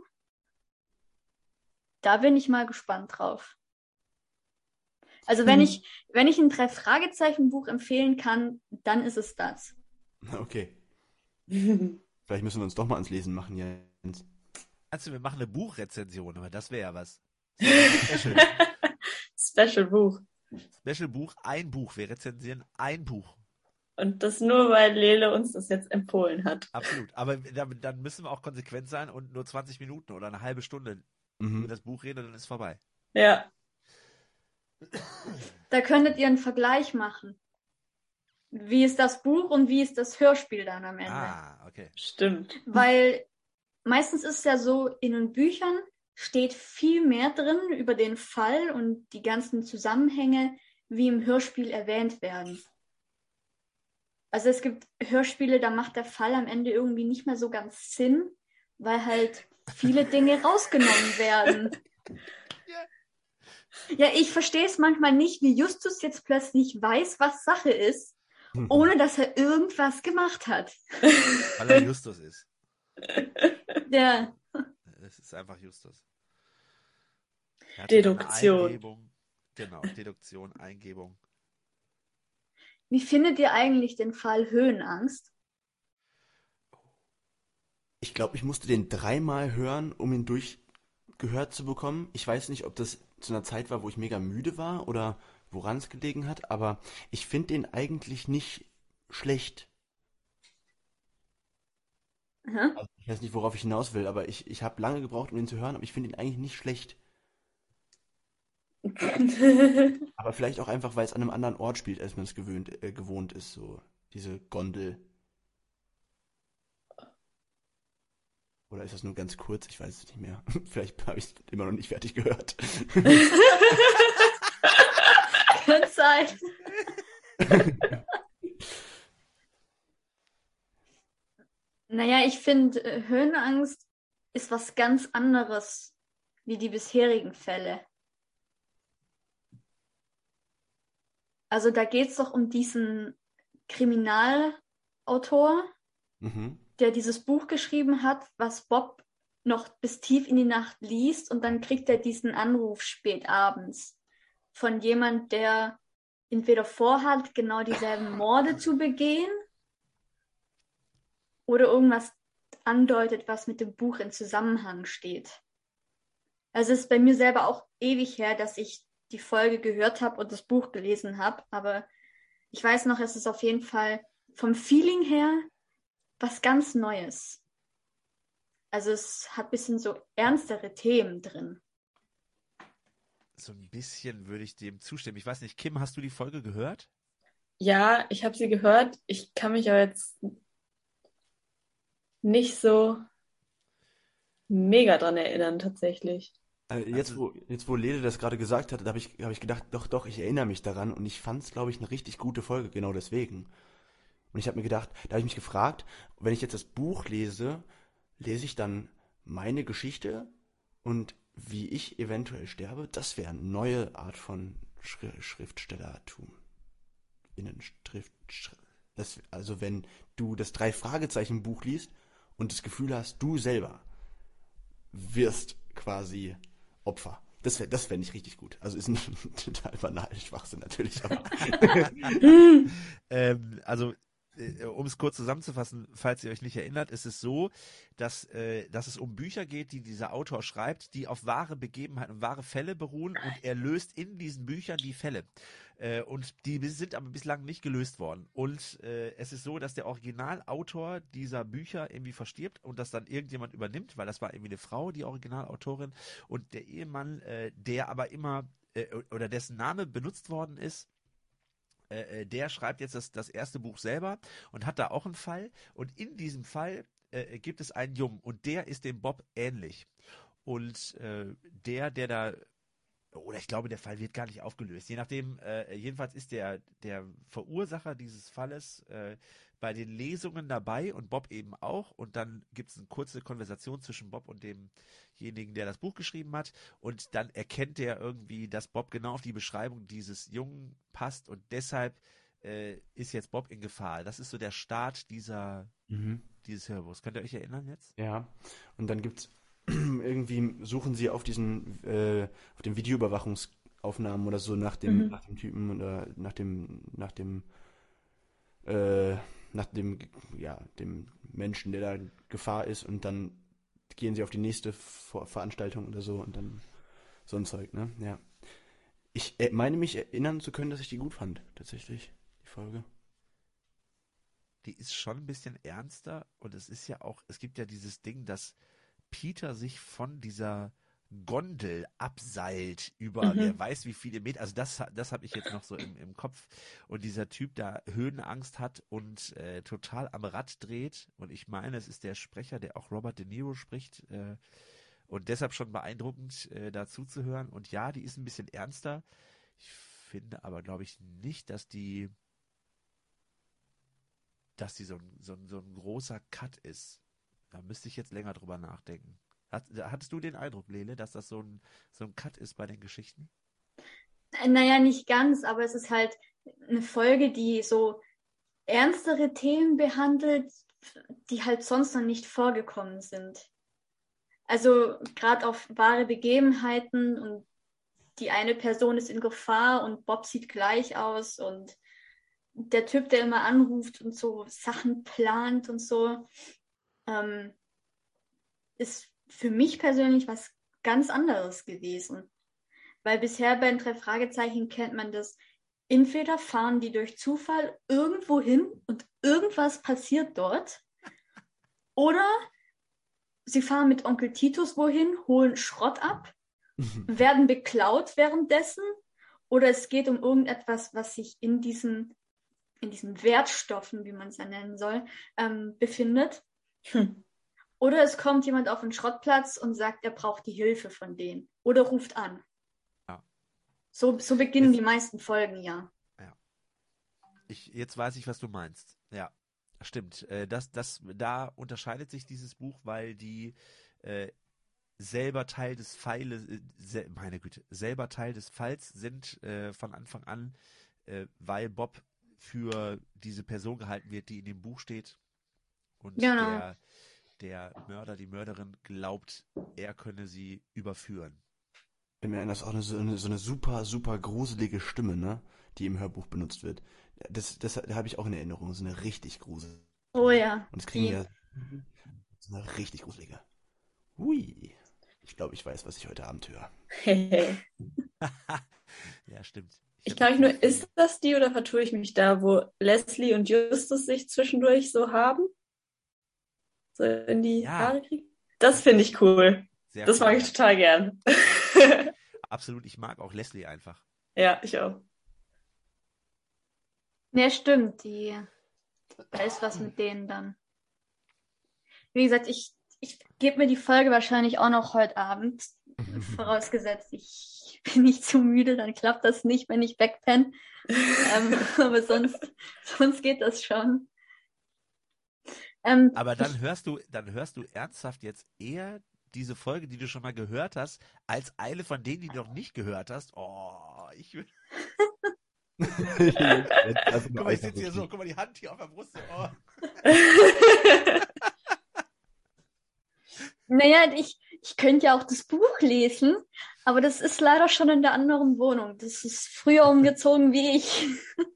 Da bin ich mal gespannt drauf. Also, wenn Hm. ich, wenn ich ein Drei-Fragezeichen-Buch empfehlen kann, dann ist es das. Okay. Vielleicht müssen wir uns doch mal ans Lesen machen, Jens. Also, wir machen eine Buchrezension, aber das wäre ja was. So ein Special. Special Buch. Special Buch, ein Buch. Wir rezensieren ein Buch. Und das nur, weil Lele uns das jetzt empfohlen hat. Absolut. Aber dann, dann müssen wir auch konsequent sein und nur zwanzig Minuten oder eine halbe Stunde über Mhm. das Buch reden, dann ist vorbei. Ja. Da könntet ihr einen Vergleich machen. Wie ist das Buch und wie ist das Hörspiel dann am Ende? Ah, okay. Stimmt. Weil meistens ist es ja so, in den Büchern steht viel mehr drin über den Fall und die ganzen Zusammenhänge, wie im Hörspiel erwähnt werden. Also es gibt Hörspiele, da macht der Fall am Ende irgendwie nicht mehr so ganz Sinn, weil halt viele Dinge rausgenommen werden. Ja, ich verstehe es manchmal nicht, wie Justus jetzt plötzlich weiß, was Sache ist, ohne dass er irgendwas gemacht hat. Weil er Justus ist. Ja, Es ist einfach Justus. Er hatte dann eine Deduktion. Eingebung. Genau, Deduktion, Eingebung. wie findet ihr eigentlich den Fall Höhenangst? Ich glaube, ich musste den dreimal hören, um ihn durchgehört zu bekommen. Ich weiß nicht, ob das zu einer Zeit war, wo ich mega müde war oder woran es gelegen hat, aber ich finde den eigentlich nicht schlecht. Aha. Also ich weiß nicht, worauf ich hinaus will, aber ich, ich habe lange gebraucht, um ihn zu hören, aber ich finde ihn eigentlich nicht schlecht. Aber vielleicht auch einfach, weil es an einem anderen Ort spielt, als man es gewöhnt, äh, gewohnt ist, so diese Gondel. Oder ist das nur ganz kurz? Ich weiß es nicht mehr. Vielleicht habe ich es immer noch nicht fertig gehört. Kann sein. Naja, ich finde, äh, Höhenangst ist was ganz anderes wie die bisherigen Fälle. Also da geht es doch um diesen Kriminalautor, Mhm. der dieses Buch geschrieben hat, was Bob noch bis tief in die Nacht liest und dann kriegt er diesen Anruf spät abends von jemand, der entweder vorhat, genau dieselben Morde zu begehen oder irgendwas andeutet, was mit dem Buch in Zusammenhang steht. Also es ist bei mir selber auch ewig her, dass ich die Folge gehört habe und das Buch gelesen habe, aber ich weiß noch, es ist auf jeden Fall vom Feeling her was ganz Neues. Also es hat ein bisschen so ernstere Themen drin. So ein bisschen würde ich dem zustimmen. Ich weiß nicht, Kim, hast du die Folge gehört? Ja, ich habe sie gehört. Ich kann mich aber jetzt nicht so mega dran erinnern, tatsächlich. Äh, jetzt, Also- wo, jetzt, wo Lele das gerade gesagt hat, da habe ich, hab ich gedacht, doch, doch, ich erinnere mich daran und ich fand es, glaube ich, eine richtig gute Folge, genau deswegen. Und ich habe mir gedacht, da habe ich mich gefragt, wenn ich jetzt das Buch lese, lese ich dann meine Geschichte und wie ich eventuell sterbe? Das wäre eine neue Art von Schri Schriftstellertum. Innenschrift. Schri- Das, also wenn du das Drei-Fragezeichen-Buch liest und das Gefühl hast, du selber wirst quasi Opfer. Das wäre das fände ich richtig gut. Also ist ein total banaler Schwachsinn natürlich, aber ähm, also, äh, um es kurz zusammenzufassen, falls ihr euch nicht erinnert, ist es so, dass, äh, dass es um Bücher geht, die dieser Autor schreibt, die auf wahre Begebenheiten und wahre Fälle beruhen und er löst in diesen Büchern die Fälle. Äh, und die sind aber bislang nicht gelöst worden. Und äh, es ist so, dass der Originalautor dieser Bücher irgendwie verstirbt und das dann irgendjemand übernimmt, weil das war irgendwie eine Frau, die Originalautorin, und der Ehemann, äh, der aber immer äh, oder dessen Name benutzt worden ist, äh, der schreibt jetzt das, das erste Buch selber und hat da auch einen Fall. Und in diesem Fall äh, gibt es einen Jungen und der ist dem Bob ähnlich. Und äh, der, der da, oder ich glaube, der Fall wird gar nicht aufgelöst. Je nachdem, äh, jedenfalls ist der, der Verursacher dieses Falles äh, bei den Lesungen dabei und Bob eben auch. Und dann gibt es eine kurze Konversation zwischen Bob und demjenigen, der das Buch geschrieben hat. Und dann erkennt der irgendwie, dass Bob genau auf die Beschreibung dieses Jungen passt. Und deshalb äh, ist jetzt Bob in Gefahr. Das ist so der Start dieser, mhm. dieses Hörbuchs. Könnt ihr euch erinnern jetzt? Ja. Und dann gibt's irgendwie suchen sie auf diesen äh, auf den Videoüberwachungsaufnahmen oder so nach dem Mhm. nach dem Typen oder nach dem nach dem äh, nach dem ja dem Menschen, der da in Gefahr ist, und dann gehen sie auf die nächste Vor Veranstaltung oder so und dann so ein Zeug, ne? Ja. Ich äh, meine mich erinnern zu können, dass ich die gut fand, tatsächlich, die Folge. Die ist schon ein bisschen ernster und es ist ja auch, es gibt ja dieses Ding, dass Peter sich von dieser Gondel abseilt über, Mhm. wer weiß wie viele Meter, also das, das habe ich jetzt noch so im, im Kopf, und dieser Typ da Höhenangst hat und äh, total am Rad dreht, und ich meine, es ist der Sprecher, der auch Robert De Niro spricht, äh, und deshalb schon beeindruckend äh, dazu zu hören. Und ja, die ist ein bisschen ernster, ich finde aber, glaube ich, nicht, dass die dass die so ein, so ein, so ein großer Cut ist. Da müsste ich jetzt länger drüber nachdenken. Hat, hattest du den Eindruck, Lele, dass das so ein, so ein Cut ist bei den Geschichten? Naja, nicht ganz, aber es ist halt eine Folge, die so ernstere Themen behandelt, die halt sonst noch nicht vorgekommen sind. Also gerade auf wahre Begebenheiten, und die eine Person ist in Gefahr und Bob sieht gleich aus und der Typ, der immer anruft und so Sachen plant und so, ähm, ist für mich persönlich was ganz anderes gewesen. Weil bisher bei den drei Fragezeichen kennt man das, entweder fahren die durch Zufall irgendwo hin und irgendwas passiert dort, oder sie fahren mit Onkel Titus wohin, holen Schrott ab, werden beklaut währenddessen, oder es geht um irgendetwas, was sich in diesen, in diesen Wertstoffen, wie man es ja nennen soll, ähm, befindet. Hm. Oder es kommt jemand auf den Schrottplatz und sagt, er braucht die Hilfe von denen. Oder ruft an. Ja. So, so beginnen Jetzt- die meisten Folgen, ja. Ich, jetzt weiß ich, was du meinst. Ja, stimmt. Äh, das, das, da unterscheidet sich dieses Buch, weil die äh, selber Teil des Pfeiles, äh, sel meine Güte, selber Teil des Falls sind äh, von Anfang an, äh, weil Bob für diese Person gehalten wird, die in dem Buch steht. Und Genau. der, der Mörder, die Mörderin glaubt, er könne sie überführen. Im Ernst, auch eine, so, eine, so eine super, super gruselige Stimme, ne? Die im Hörbuch benutzt wird. Das, das habe ich auch in Erinnerung. So eine richtig gruselige. Oh ja. Und das kriegen Die- wir so eine richtig gruselige. Hui. Ich glaube, ich weiß, was ich heute Abend höre. Ja, stimmt. Ich hab glaube mich nur, nicht- ist das die oder vertue ich mich da, wo Leslie und Justus sich zwischendurch so haben? So in die Ja. Haare kriegen? Das finde ich cool. Sehr Das cool, mag ich ja. total gern. Absolut, ich mag auch Leslie einfach. Ja, ich auch. Ja, stimmt. Die, da ist was mit denen dann. Wie gesagt, ich, ich gebe mir die Folge wahrscheinlich auch noch heute Abend. Vorausgesetzt, ich bin nicht zu müde, dann klappt das nicht, wenn ich wegpenne. ähm, aber sonst, sonst geht das schon. Ähm, Aber dann hörst du, dann hörst du ernsthaft jetzt eher diese Folge, die du schon mal gehört hast, als eine von denen, die du noch nicht gehört hast. Oh, ich will. Also Guck mal, ich sitze hier so, guck mal, die Hand hier auf der Brust. So, oh. Naja, ich, ich könnte ja auch das Buch lesen, aber das ist leider schon in der anderen Wohnung. Das ist früher umgezogen wie ich.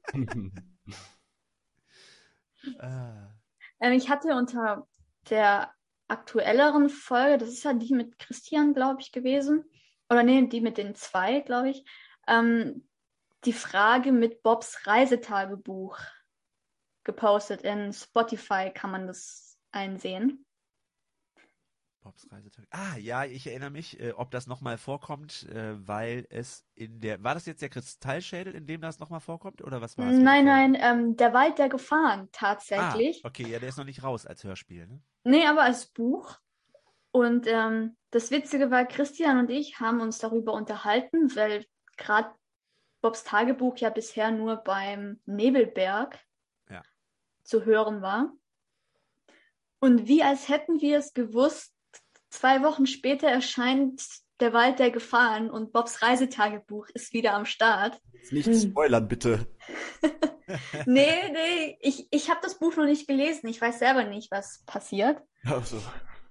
Ah, Ähm, ich hatte unter der aktuelleren Folge, das ist ja die mit Christian, glaube ich, gewesen. Oder nee, die mit den zwei, glaube ich. Ähm, die Frage mit Bobs Reisetagebuch gepostet. In Spotify kann man das einsehen. Bobs Reisetag. Ah, ja, ich erinnere mich, äh, ob das nochmal vorkommt, äh, weil es in der, war das jetzt der Kristallschädel, in dem das nochmal vorkommt, oder was war es für eine Nein, Folge? nein, ähm, der Wald der Gefahren Ah, tatsächlich. okay, ja, der ist noch nicht raus als Hörspiel, ne? Nee, aber als Buch. Und ähm, das Witzige war, Christian und ich haben uns darüber unterhalten, weil gerade Bobs Tagebuch ja bisher nur beim Nebelberg Ja. zu hören war. Und wie als hätten wir es gewusst, zwei Wochen später erscheint der Wald der Gefahren und Bobs Reisetagebuch ist wieder am Start. Jetzt nicht Hm. spoilern, bitte. Nee, nee, ich, ich habe das Buch noch nicht gelesen. Ich weiß selber nicht, was passiert. Also,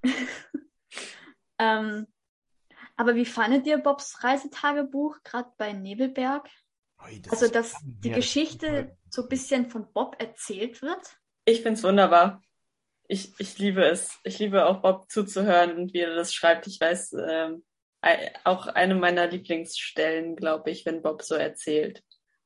Ähm, aber wie fandet ihr Bobs Reisetagebuch, gerade bei Nebelberg? ui, das Also, ist dass lang die her, das ist Geschichte so ein bisschen von Bob erzählt wird? Ich finde es wunderbar. Ich, ich liebe es. Ich liebe auch Bob zuzuhören und wie er das schreibt. Ich weiß, ähm, ei- auch eine meiner Lieblingsstellen, glaube ich, wenn Bob so erzählt.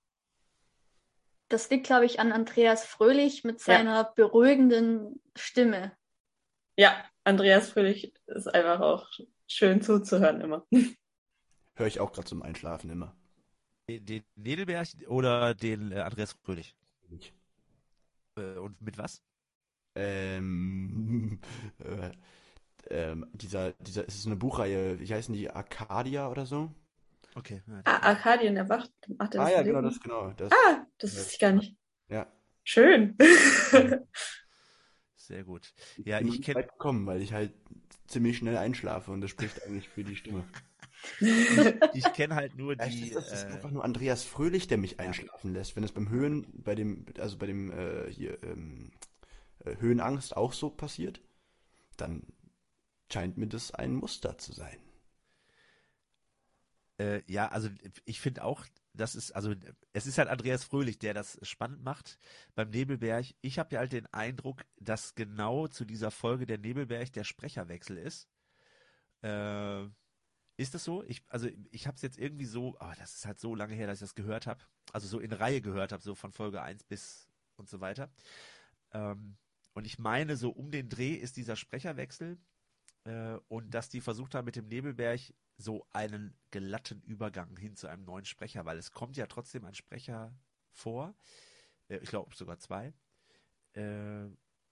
Das liegt, glaube ich, an Andreas Fröhlich mit Ja, seiner beruhigenden Stimme. ja, Andreas Fröhlich ist einfach auch schön zuzuhören immer. höre ich auch gerade zum Einschlafen immer. Den, den Nedelberg oder den äh, Andreas Fröhlich? Ich. Äh, und mit was? Ähm, äh, ähm, dieser, dieser, es ist eine Buchreihe, wie heißen die, Arcadia oder so? Okay, ja, die Ah, kenne ich. Arkadien erwacht. Macht er Ah das ja, genau, das, gelesen? genau, das, Ah, das äh, wusste ich gar nicht. ja. Schön. Sehr gut. Ich Ja, bin noch ich nicht kenne weit gekommen, weil ich halt ziemlich schnell einschlafe und das spricht eigentlich für die Stimme. ich, ich kenn halt nur Vielleicht die, ist das, das ist äh, einfach nur Andreas Fröhlich, der mich ja, einschlafen lässt. Wenn es beim Höhen, bei dem, also bei dem äh, hier ähm, äh, Höhenangst auch so passiert, dann scheint mir das ein Muster zu sein. Äh, ja, also ich finde auch, das ist, also es ist halt Andreas Fröhlich, der das spannend macht beim Nebelberg. Ich habe ja halt den Eindruck, dass genau zu dieser Folge der Nebelberg der Sprecherwechsel ist. Äh, ist das so? Ich, also ich habe es jetzt irgendwie so, aber das ist halt so lange her, dass ich das gehört habe. Also so in Reihe gehört habe, so von Folge eins bis und so weiter. Ähm, und ich meine, so um den Dreh ist dieser Sprecherwechsel äh, und dass die versucht haben mit dem Nebelberg so einen glatten Übergang hin zu einem neuen Sprecher, weil es kommt ja trotzdem ein Sprecher vor, äh, ich glaube sogar zwei, äh,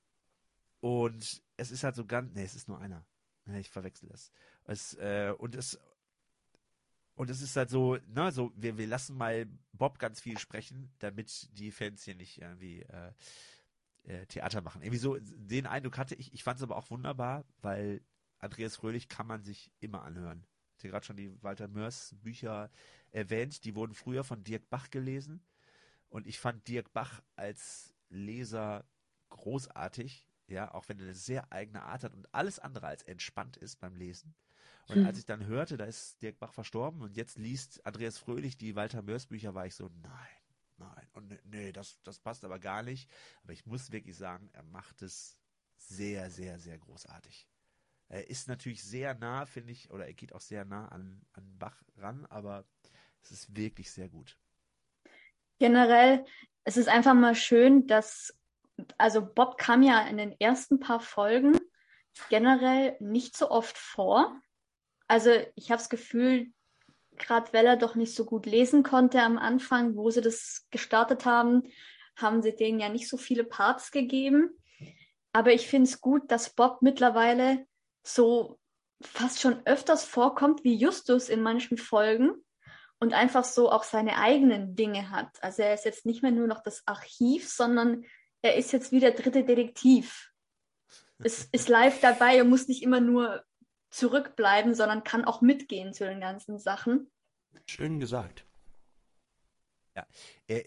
und es ist halt so ganz, nee, es ist nur einer, nee, ich verwechsel das. Es, äh, und es und es ist halt so, ne, so, wir, wir lassen mal Bob ganz viel sprechen, damit die Fans hier nicht irgendwie äh, äh, Theater machen. Irgendwie so, den Eindruck hatte ich. Ich fand es aber auch wunderbar, weil Andreas Fröhlich kann man sich immer anhören. Ich hatte gerade schon die Walter Mörs Bücher erwähnt. Die wurden früher von Dirk Bach gelesen. Und ich fand Dirk Bach als Leser großartig. Ja, auch wenn er eine sehr eigene Art hat und alles andere als entspannt ist beim Lesen. Und als ich dann hörte, da ist Dirk Bach verstorben und jetzt liest Andreas Fröhlich die Walter Mörs Bücher, war ich so, nein, nein, und nee, nee, das, das passt aber gar nicht. Aber ich muss wirklich sagen, er macht es sehr, sehr, sehr großartig. Er ist natürlich sehr nah, finde ich, oder er geht auch sehr nah an, an Bach ran, aber es ist wirklich sehr gut. Generell, es ist einfach mal schön, dass, also Bob kam ja in den ersten paar Folgen generell nicht so oft vor. Also ich habe das Gefühl, gerade weil er doch nicht so gut lesen konnte am Anfang, wo sie das gestartet haben, haben sie denen ja nicht so viele Parts gegeben. Aber ich finde es gut, dass Bob mittlerweile so fast schon öfters vorkommt wie Justus in manchen Folgen und einfach so auch seine eigenen Dinge hat. Also er ist jetzt nicht mehr nur noch das Archiv, sondern er ist jetzt wie der dritte Detektiv. Es ist live dabei und muss nicht immer nur zurückbleiben, sondern kann auch mitgehen zu den ganzen Sachen. Schön gesagt. Ja, er,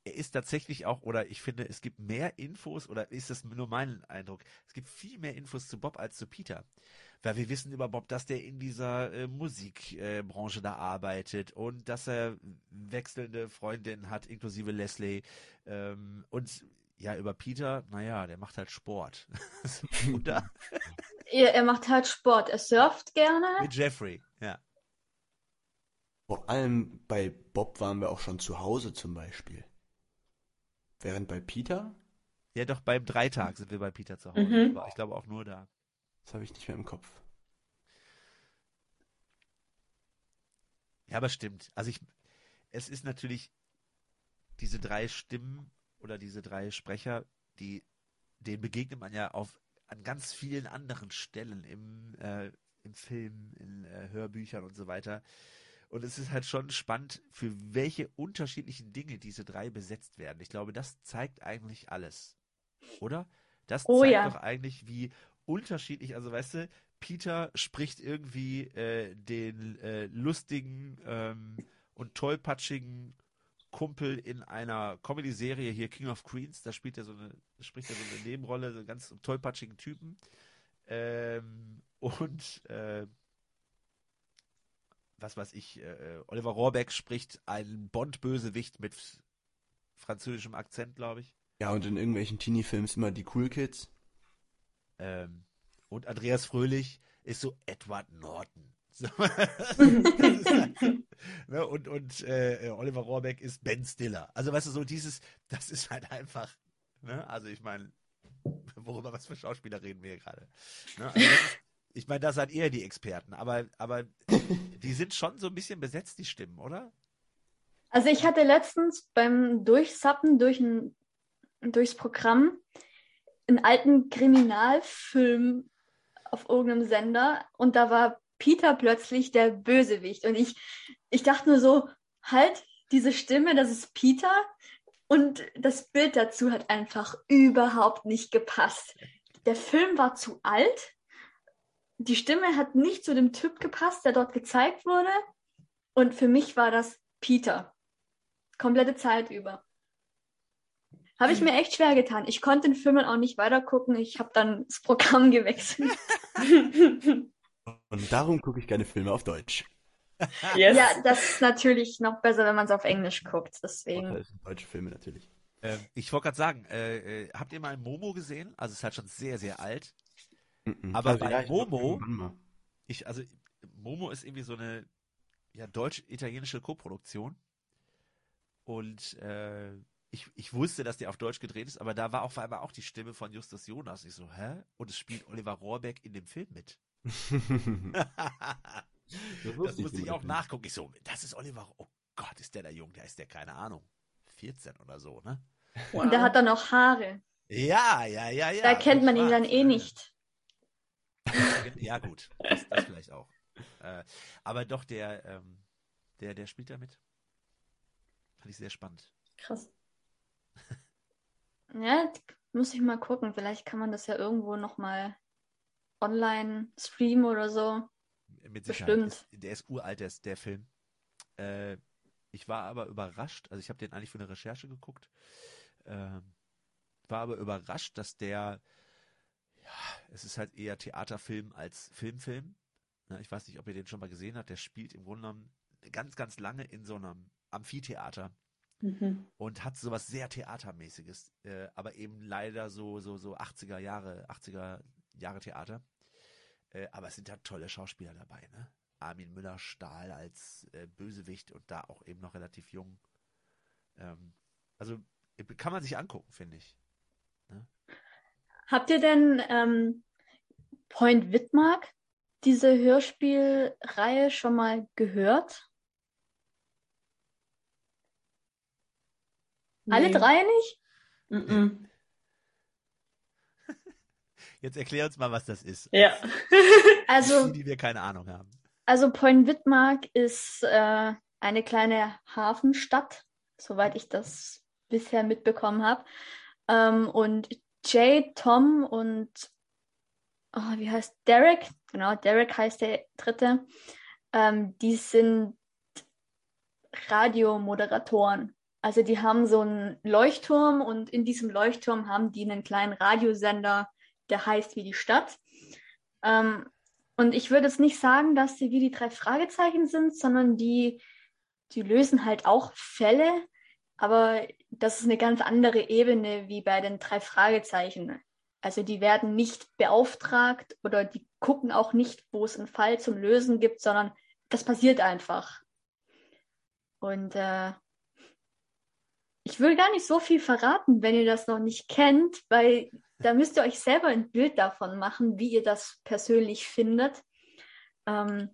er ist tatsächlich auch, oder ich finde, es gibt mehr Infos, oder ist das nur mein Eindruck, es gibt viel mehr Infos zu Bob als zu Peter. Weil wir wissen über Bob, dass der in dieser äh, Musikbranche äh, da arbeitet und dass er wechselnde Freundinnen hat, inklusive Leslie. Ähm, und ja, über Peter, naja, der macht halt Sport. Oder? Er, er macht halt Sport. Er surft gerne. Mit Jeffrey, ja. Vor allem bei Bob waren wir auch schon zu Hause zum Beispiel. Während bei Peter, Ja, doch beim Dreitag sind wir bei Peter zu Hause. Mhm. Aber ich glaube auch nur da. das habe ich nicht mehr im Kopf. Ja, aber stimmt. Also ich, es ist natürlich diese drei Stimmen oder diese drei Sprecher, die, denen begegnet man ja auf an ganz vielen anderen Stellen im, äh, im Film, in äh, Hörbüchern und so weiter. Und es ist halt schon spannend, für welche unterschiedlichen Dinge diese drei besetzt werden. Ich glaube, das zeigt eigentlich alles, oder? Das Oh zeigt ja. doch eigentlich, wie unterschiedlich, also weißt du, Peter spricht irgendwie äh, den äh, lustigen ähm, und tollpatschigen Kumpel in einer Comedy-Serie hier King of Queens, da spielt er so eine, spricht er so eine Nebenrolle, so einen ganz tollpatschigen Typen. Ähm, und äh, was weiß ich, äh, Oliver Rohrbeck spricht einen Bond-Bösewicht mit französischem Akzent, glaube ich. Ja, und in irgendwelchen Teenie-Films immer die Cool Kids. Ähm, und Andreas Fröhlich ist so Edward Norton. So, das ist halt, ne, und und äh, Oliver Rohrbeck ist Ben Stiller. Also weißt du, so dieses, das ist halt einfach, ne? Also ich meine, worüber was für Schauspieler reden wir hier gerade? Ne? Also das ist, ich meine, da seid ihr die Experten, aber, aber die sind schon so ein bisschen besetzt, die Stimmen, oder? Also ich hatte letztens beim Durchsappen durch ein, durchs Programm einen alten Kriminalfilm auf irgendeinem Sender und da war Peter plötzlich der Bösewicht. Und ich, ich dachte nur so, halt, diese Stimme, das ist Peter. Und das Bild dazu hat einfach überhaupt nicht gepasst. Der Film war zu alt. Die Stimme hat nicht zu dem Typ gepasst, der dort gezeigt wurde. Und für mich war das Peter. Komplette Zeit über. Habe ich mir echt schwer getan. Ich konnte den Film dann auch nicht weitergucken. Ich habe dann das Programm gewechselt. Und darum gucke ich gerne Filme auf Deutsch. Yes. Ja, das ist natürlich noch besser, wenn man es auf Englisch guckt. Deswegen. Das sind deutsche Filme natürlich. Ähm, ich wollte gerade sagen, äh, äh, habt ihr mal Momo gesehen? Also es ist halt schon sehr, sehr alt. Mhm. Aber Also, bei ja, ich glaub, Momo, irgendwann mal. ich, also Momo ist irgendwie so eine ja, deutsch-italienische Koproduktion. Und äh, ich, ich wusste, dass die auf Deutsch gedreht ist, aber da war auf einmal auch die Stimme von Justus Jonas. Ich so, hä? Und es spielt Oliver Rohrbeck in dem Film mit. Das Das wusste musste ich ich auch nicht. nachgucken. Ich so, das ist Oliver. Oh Gott, ist der da jung? Der ist der, keine Ahnung, vierzehn oder so, ne? Und der hat dann noch Haare. Ja, ja, ja, ja. Da kennt und man ihn dann schwarz, eh ne? nicht. Ja, gut. Das, das vielleicht auch. Äh, aber doch, der, ähm, der, der spielt da mit. Fand ich sehr spannend. Krass. Ja, muss ich mal gucken. Vielleicht kann man das ja irgendwo nochmal online streamen oder so. Mit Sicherheit. Bestimmt. Ist, der ist uralt, der, ist- der Film. Äh, ich war aber überrascht, also ich habe den eigentlich für eine Recherche geguckt, ähm, war aber überrascht, dass der, ja, es ist halt eher Theaterfilm als Filmfilm. Ne, ich weiß nicht, ob ihr den schon mal gesehen habt. Der spielt im Grunde genommen ganz, ganz lange in so einem Amphitheater Mhm. und hat sowas sehr Theatermäßiges, äh, aber eben leider so, so, so achtziger Jahre, achtziger Jahre Theater. Äh, aber es sind halt tolle Schauspieler dabei, ne? Armin Müller-Stahl als äh, Bösewicht und da auch eben noch relativ jung. Ähm, also äh, kann man sich angucken, finde ich. Habt ihr denn ähm, Point Widmark, diese Hörspielreihe, schon mal gehört? Alle Nee. drei nicht? Mhm. Jetzt erklär uns mal, was das ist. Ja. Also, Die, die wir keine Ahnung haben. also Point Widmark ist äh, eine kleine Hafenstadt, soweit ich das bisher mitbekommen habe. Ähm, und Jay, Tom und oh, wie heißt Derek? Genau, Derek heißt der dritte. Ähm, die sind Radiomoderatoren. Also die haben so einen Leuchtturm und in diesem Leuchtturm haben die einen kleinen Radiosender, der heißt wie die Stadt. Ähm, und ich würde jetzt nicht sagen, dass sie wie die drei Fragezeichen sind, sondern die, die lösen halt auch Fälle, aber das ist eine ganz andere Ebene wie bei den drei Fragezeichen. Also die werden nicht beauftragt oder die gucken auch nicht, wo es einen Fall zum Lösen gibt, sondern das passiert einfach. Und äh, ich will gar nicht so viel verraten, wenn ihr das noch nicht kennt, weil da müsst ihr euch selber ein Bild davon machen, wie ihr das persönlich findet. Ähm,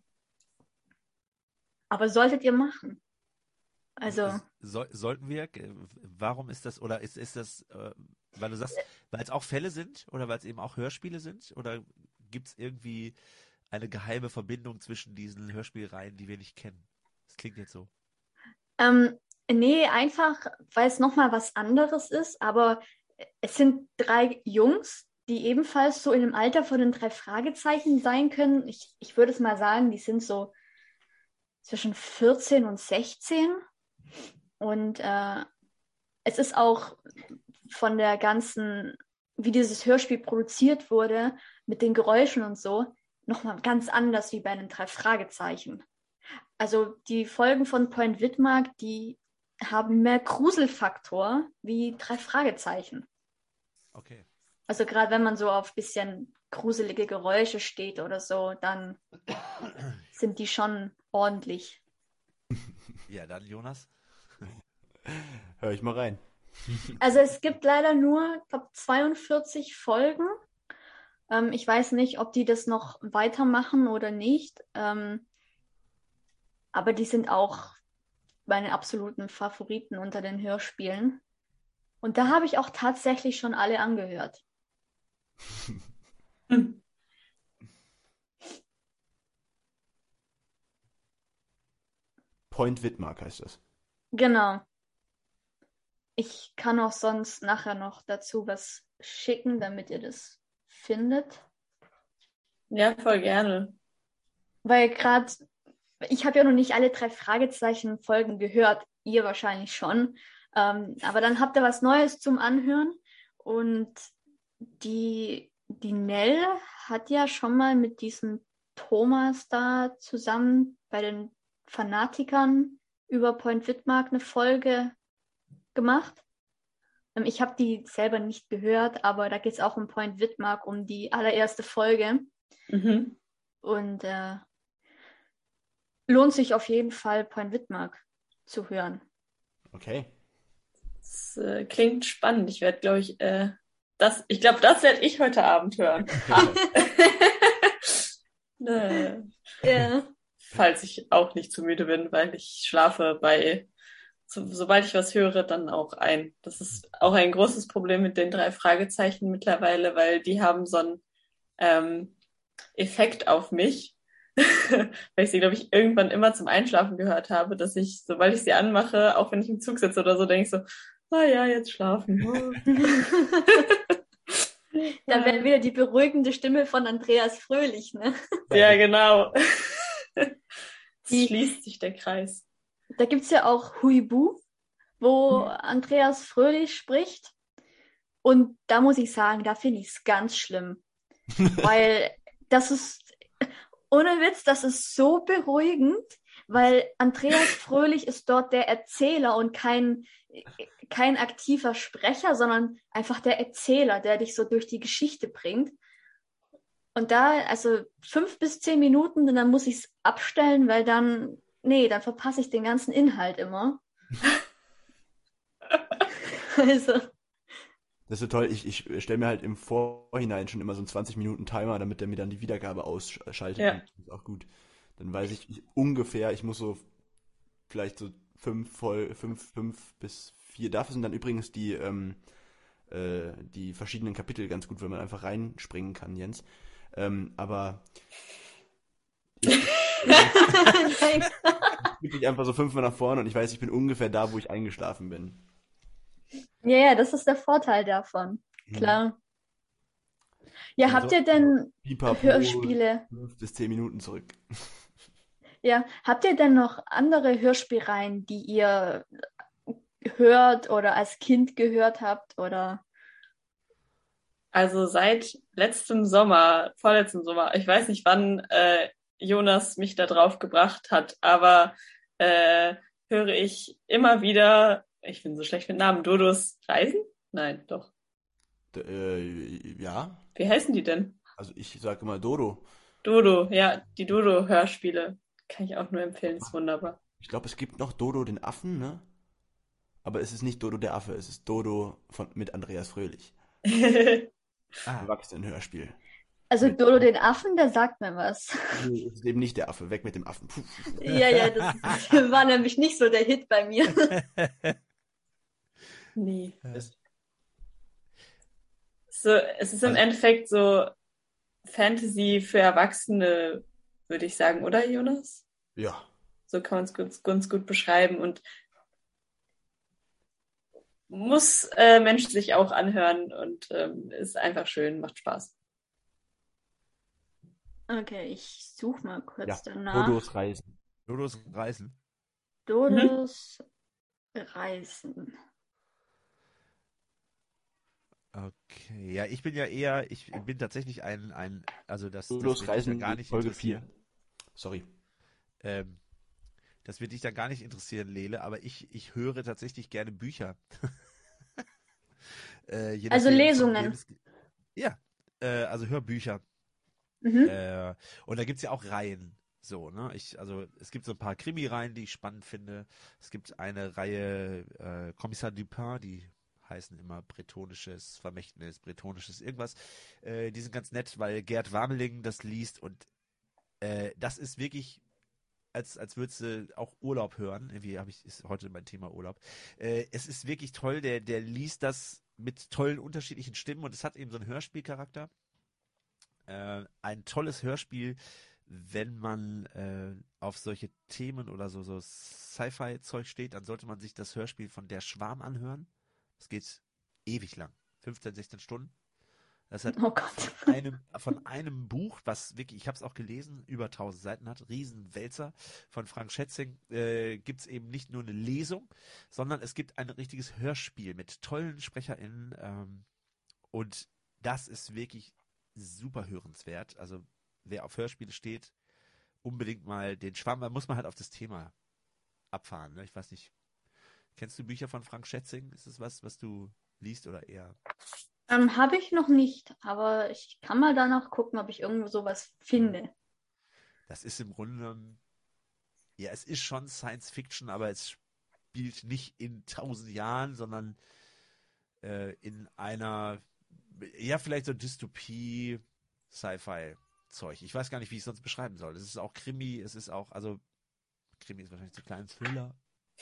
aber solltet ihr machen. Also So, sollten wir, äh, warum ist das, oder ist, ist das, äh, weil du sagst, weil es auch Fälle sind oder weil es eben auch Hörspiele sind? Oder gibt es irgendwie eine geheime Verbindung zwischen diesen Hörspielreihen, die wir nicht kennen? Das klingt jetzt so. Ähm, nee, einfach, weil es nochmal was anderes ist, aber es sind drei Jungs, die ebenfalls so in dem Alter von den drei Fragezeichen sein können. Ich, ich würde es mal sagen, die sind so zwischen vierzehn und sechzehn. Und äh, es ist auch von der ganzen, wie dieses Hörspiel produziert wurde, mit den Geräuschen und so, nochmal ganz anders wie bei den drei Fragezeichen. Also die Folgen von Point Widmark, die haben mehr Gruselfaktor wie drei Fragezeichen. Okay. Also gerade wenn man so auf ein bisschen gruselige Geräusche steht oder so, dann sind die schon ordentlich. Ja, dann Jonas. Hör ich mal rein. Also es gibt leider nur, ich glaube, zweiundvierzig Folgen. Ähm, ich weiß nicht, ob die das noch weitermachen oder nicht. Ähm, aber die sind auch meine absoluten Favoriten unter den Hörspielen. Und da habe ich auch tatsächlich schon alle angehört. Hm. Point Widmark heißt das. Genau. Ich kann auch sonst nachher noch dazu was schicken, damit ihr das findet. Ja, voll gerne. Weil gerade, ich habe ja noch nicht alle drei Fragezeichen-Folgen gehört, ihr wahrscheinlich schon. Ähm, aber dann habt ihr was Neues zum Anhören. Und die, die Nell hat ja schon mal mit diesem Thomas da zusammen bei den Fanatikern über Point Widmark eine Folge gemacht. Ähm, ich habe die selber nicht gehört, aber da geht es auch um Point Widmark, um die allererste Folge. Mhm. Und äh, lohnt sich auf jeden Fall, Point Widmark zu hören. Okay. Das äh, klingt spannend. Ich werde, glaube ich, äh, das, ich glaube, das werde ich heute Abend hören. Ne. Ja. Falls ich auch nicht zu müde bin, weil ich schlafe bei, so, sobald ich was höre, dann auch ein. Das ist auch ein großes Problem mit den drei Fragezeichen mittlerweile, weil die haben so einen ähm, Effekt auf mich, weil ich sie, glaube ich, irgendwann immer zum Einschlafen gehört habe, dass ich, sobald ich sie anmache, auch wenn ich im Zug sitze oder so, denke ich so, ah ja, jetzt schlafen. Da wäre wieder die beruhigende Stimme von Andreas Fröhlich, ne? Ja, genau. Die- Schließt sich der Kreis. Da gibt es ja auch Huibu, wo Mhm. Andreas Fröhlich spricht. Und da muss ich sagen, da finde ich es ganz schlimm. Weil das ist, ohne Witz, das ist so beruhigend, weil Andreas Fröhlich ist dort der Erzähler und kein, kein aktiver Sprecher, sondern einfach der Erzähler, der dich so durch die Geschichte bringt. Und da, also fünf bis zehn Minuten, und dann muss ich es abstellen, weil dann, nee, dann verpasse ich den ganzen Inhalt immer. Also, Das ist so toll. Ich, ich stelle mir halt im Vorhinein schon immer so einen zwanzig Minuten Timer, damit der mir dann die Wiedergabe ausschaltet. Ja. Und das ist auch gut. Dann weiß ich, ich ungefähr, ich muss so vielleicht so fünf, voll, fünf, fünf bis vier. Dafür sind dann übrigens die, ähm, äh, die verschiedenen Kapitel ganz gut, wenn man einfach reinspringen kann, Jens. Ähm, aber ich gebe mich einfach so fünfmal nach vorne und ich weiß, ich bin ungefähr da, wo ich eingeschlafen bin. ja, ja, das ist der Vorteil davon. Klar. Ja, Und habt so- ihr denn Pipapo, Hörspiele? fünf bis zehn Minuten zurück. Ja, habt ihr denn noch andere Hörspielreihen, die ihr hört oder als Kind gehört habt oder? Also seit letztem Sommer, vorletztem Sommer, ich weiß nicht, wann äh, Jonas mich da drauf gebracht hat, aber äh, höre ich immer wieder, ich bin so schlecht mit Namen, Dodos Reisen? Nein, doch. D äh, ja, Wie heißen die denn? also ich sage immer Dodo. Dodo, ja, die Dodo-Hörspiele. Kann ich auch nur empfehlen, ist wunderbar. Ich glaube, es gibt noch Dodo den Affen, ne? Aber es ist nicht Dodo der Affe, es ist Dodo von, mit Andreas Fröhlich. Ah, Erwachsenenhörspiel. Also Mit, Dodo den Affen, der sagt mir was. nee, es ist eben nicht der Affe, weg mit dem Affen. Puh. Ja, ja, das war nämlich nicht so der Hit bei mir. Nee. Es, So, es ist im also, Endeffekt so Fantasy für Erwachsene, würde ich sagen, oder Jonas? ja, So kann man es ganz, ganz gut beschreiben und muss äh, Mensch sich auch anhören und ähm, ist einfach schön, macht Spaß. Okay, ich suche mal kurz ja, danach. Dodos Reisen. Dodos Reisen. Mhm. Dodos Reisen. Okay, ja, ich bin ja eher, ich bin tatsächlich ein, ein, also das, das Dodos wird dich dann Reisen, gar nicht Folge vier. interessieren. Sorry. Ähm, das wird dich dann gar nicht interessieren, Lele, aber ich, ich höre tatsächlich gerne Bücher. äh, je Also nachdem, von wem Lesungen. es, ja, äh, also Hörbücher. Mhm. Äh, und da gibt's ja auch Reihen. So, ne? Ich, also es gibt so ein paar Krimi-Reihen, die ich spannend finde. Es gibt eine Reihe äh, Kommissar Dupin, die heißen immer bretonisches Vermächtnis, bretonisches irgendwas. Äh, die sind ganz nett, weil Gerd Warmeling das liest und äh, das ist wirklich, als, als würdest du auch Urlaub hören. Irgendwie habe ich, ist heute mein Thema Urlaub. Äh, es ist wirklich toll, der, der liest das mit tollen unterschiedlichen Stimmen und es hat eben so einen Hörspielcharakter. Äh, ein tolles Hörspiel, wenn man äh, auf solche Themen oder so, so Sci-Fi-Zeug steht, dann sollte man sich das Hörspiel von Der Schwarm anhören. Das geht ewig lang. fünfzehn, sechzehn Stunden. Das hat Oh Gott. von einem, von einem Buch, was wirklich, ich habe es auch gelesen, über tausend Seiten hat, Riesenwälzer von Frank Schätzing, äh, gibt es eben nicht nur eine Lesung, sondern es gibt ein richtiges Hörspiel mit tollen SprecherInnen ähm, und das ist wirklich super hörenswert. Also wer auf Hörspiele steht, unbedingt mal den Schwamm, da muss man halt auf das Thema abfahren. Ne? Ich weiß nicht, kennst du Bücher von Frank Schätzing? Ist es was, was du liest oder eher? Ähm, habe ich noch nicht, aber ich kann mal danach gucken, ob ich irgendwo sowas finde. Das ist im Grunde genommen, ja, es ist schon Science Fiction, aber es spielt nicht in tausend Jahren, sondern äh, in einer, ja, vielleicht so Dystopie, Sci-Fi-Zeug. Ich weiß gar nicht, wie ich es sonst beschreiben soll. Es ist auch Krimi, es ist auch, also Krimi ist wahrscheinlich zu klein, Thriller.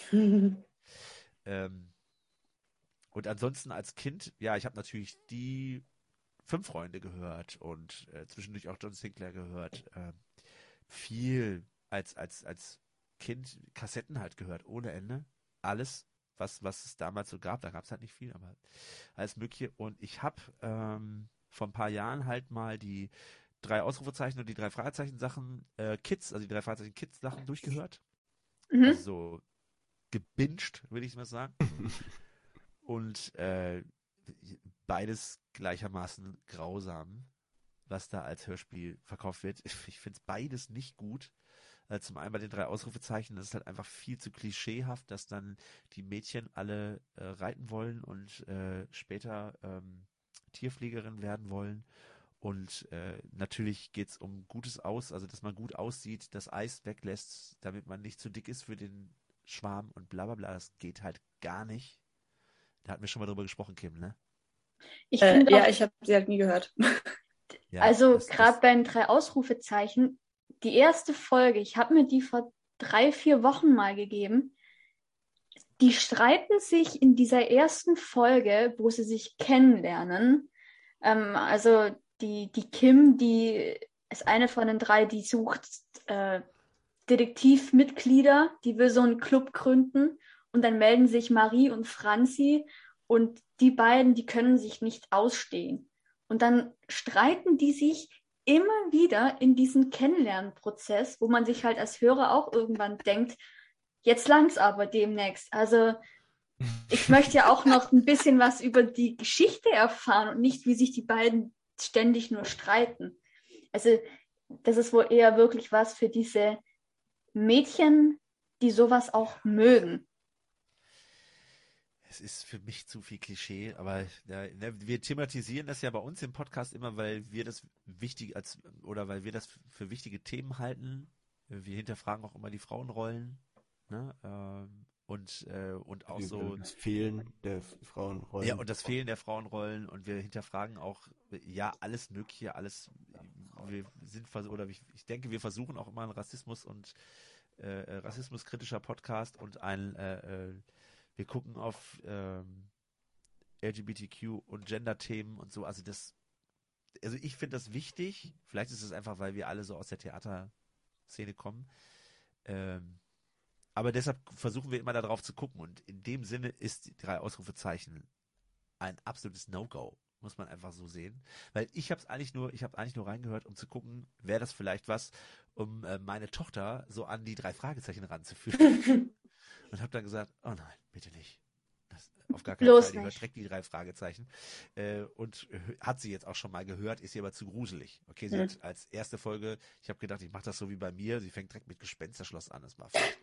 Ähm, und ansonsten als Kind, ja, ich habe natürlich die Fünf Freunde gehört und äh, zwischendurch auch John Sinclair gehört. Ähm, viel als, als, als Kind Kassetten halt gehört, ohne Ende. Alles, was, was es damals so gab, da gab es halt nicht viel, aber alles Mögliche. Und ich habe ähm, vor ein paar Jahren halt mal die drei Ausrufezeichen und die drei Fragezeichen Sachen, äh, Kids, also die drei Fragezeichen Kids Sachen durchgehört. Also Mhm. so gebinged, würde ich mal sagen. Und äh, beides gleichermaßen grausam, was da als Hörspiel verkauft wird. Ich finde es beides nicht gut. Äh, zum einen bei den drei Ausrufezeichen, das ist halt einfach viel zu klischeehaft, dass dann die Mädchen alle äh, reiten wollen und äh, später ähm, Tierpflegerin werden wollen. Und äh, natürlich geht es um gutes Aus, also dass man gut aussieht, das Eis weglässt, damit man nicht zu dick ist für den Schwarm und bla bla bla. Das geht halt gar nicht. Da hatten wir schon mal drüber gesprochen, Kim, ne? Ich Äh, finde ja, auch, ich habe sie halt nie gehört. Ja, also das, gerade das, bei den drei Ausrufezeichen, die erste Folge, ich habe mir die vor drei, vier Wochen mal gegeben. Die streiten sich in dieser ersten Folge, wo sie sich kennenlernen. Ähm, also die, die Kim, die ist eine von den drei, die sucht äh, Detektivmitglieder, die will so einen Club gründen und dann melden sich Marie und Franzi und die beiden, die können sich nicht ausstehen. Und dann streiten die sich immer wieder in diesem Kennenlernprozess, wo man sich halt als Hörer auch irgendwann denkt, jetzt langt's aber demnächst. Also Ich möchte ja auch noch ein bisschen was über die Geschichte erfahren und nicht, wie sich die beiden ständig nur streiten. Also das ist wohl eher wirklich was für diese Mädchen, die sowas auch mögen. Es ist für mich zu viel Klischee, aber ja, ne, wir thematisieren das ja bei uns im Podcast immer, weil wir das wichtig als oder weil wir das für wichtige Themen halten. Wir hinterfragen auch immer die Frauenrollen, ne? Ähm, und äh, und auch so Das Fehlen der Frauenrollen. ja und das Fehlen der Frauenrollen und wir hinterfragen auch ja alles Mögliche, alles. Wir sind vers- oder ich, ich denke, wir versuchen auch immer einen Rassismus und äh, rassismuskritischer Podcast und ein äh, äh, wir gucken auf ähm, L G B T Q und Gender-Themen und so. Also das, also ich finde das wichtig. Vielleicht ist es einfach, weil wir alle so aus der Theaterszene kommen. Ähm, aber deshalb versuchen wir immer darauf zu gucken. Und in dem Sinne ist die drei Ausrufezeichen ein absolutes No-Go. Muss man einfach so sehen. Weil ich habe es eigentlich nur, ich habe eigentlich nur reingehört, um zu gucken, wäre das vielleicht was, um äh, meine Tochter so an die drei Fragezeichen ranzuführen. Und habe dann gesagt, oh nein, bitte nicht. Das, auf gar keinen Bloß Fall, die hört nicht. direkt die drei Fragezeichen. Äh, und äh, hat sie jetzt auch schon mal gehört, ist ihr aber zu gruselig. Okay, sie Hm. hat als erste Folge, ich habe gedacht, ich mache das so wie bei mir, sie fängt direkt mit Gespensterschloss an, das war falsch.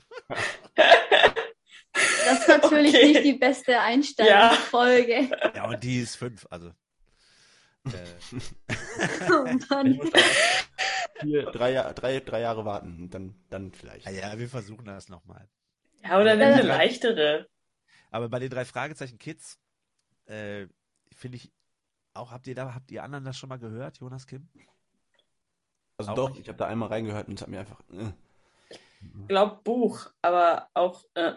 Das ist natürlich Okay. nicht die beste Einstellungsfolge. Ja, und die ist fünf, also. Äh, Oh Ich Mann. muss aber vier, drei, Jahr- drei, drei Jahre warten und dann, dann vielleicht. ah ja, wir versuchen das nochmal. Ja, oder nimm Äh, eine leichtere. Aber bei den drei Fragezeichen Kids, äh, finde ich, auch habt ihr da, habt ihr anderen das schon mal gehört, Jonas Kim? Also Auch doch, nicht? ich habe da einmal reingehört und es hat mir einfach. Äh. Ich glaube Buch, aber auch äh,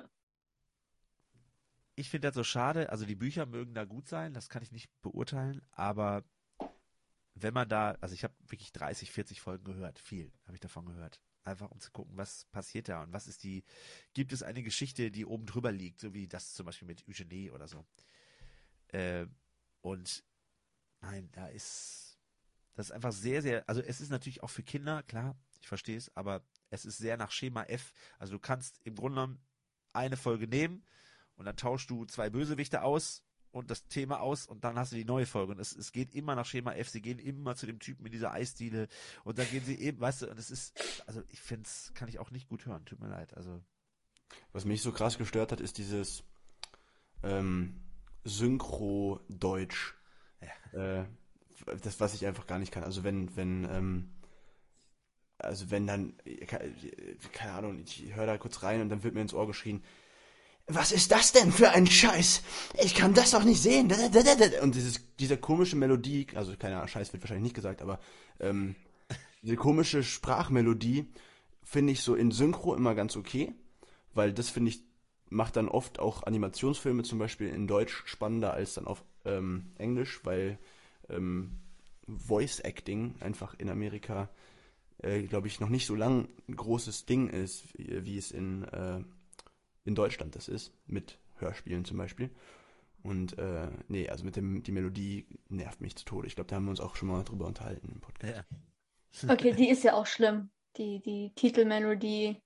Ich finde das so schade. Also die Bücher mögen da gut sein, das kann ich nicht beurteilen, aber wenn man da, also ich habe wirklich dreißig, vierzig Folgen gehört, viel habe ich davon gehört. Einfach um zu gucken, was passiert da und was ist die, gibt es eine Geschichte, die oben drüber liegt, so wie das zum Beispiel mit Eugenie oder so. Äh, und nein, da ist, das ist einfach sehr, sehr, also es ist natürlich auch für Kinder, klar, ich verstehe es, aber es ist sehr nach Schema F. Also du kannst im Grunde genommen eine Folge nehmen und dann tauschst du zwei Bösewichte aus und das Thema aus und dann hast du die neue Folge. Und es, es geht immer nach Schema F, sie gehen immer zu dem Typen in dieser Eisdiele und dann gehen sie eben, weißt du, und es ist, also ich finde es, kann ich auch nicht gut hören, tut mir leid. Also, Was mich so krass gestört hat, ist dieses ähm, Synchro-Deutsch. Äh, das, was ich einfach gar nicht kann. Also wenn, wenn, ähm, also wenn dann, keine Ahnung, ich höre da kurz rein und dann wird mir ins Ohr geschrien, was ist das denn für ein Scheiß? Ich kann das doch nicht sehen. Und dieses, diese komische Melodie, also keine Ahnung, Scheiß wird wahrscheinlich nicht gesagt, aber ähm, diese komische Sprachmelodie finde ich so in Synchro immer ganz okay, weil das finde ich macht dann oft auch Animationsfilme zum Beispiel in Deutsch spannender als dann auf ähm, Englisch, weil ähm, Voice Acting einfach in Amerika, äh, glaube ich, noch nicht so lang ein großes Ding ist, wie, wie es in äh, in Deutschland das ist, mit Hörspielen zum Beispiel. Und äh, nee, also mit dem, die Melodie nervt mich zu Tode. Ich glaube, da haben wir uns auch schon mal drüber unterhalten im Podcast. ja. Okay, die ist ja auch schlimm. Die, die Titelmelodie,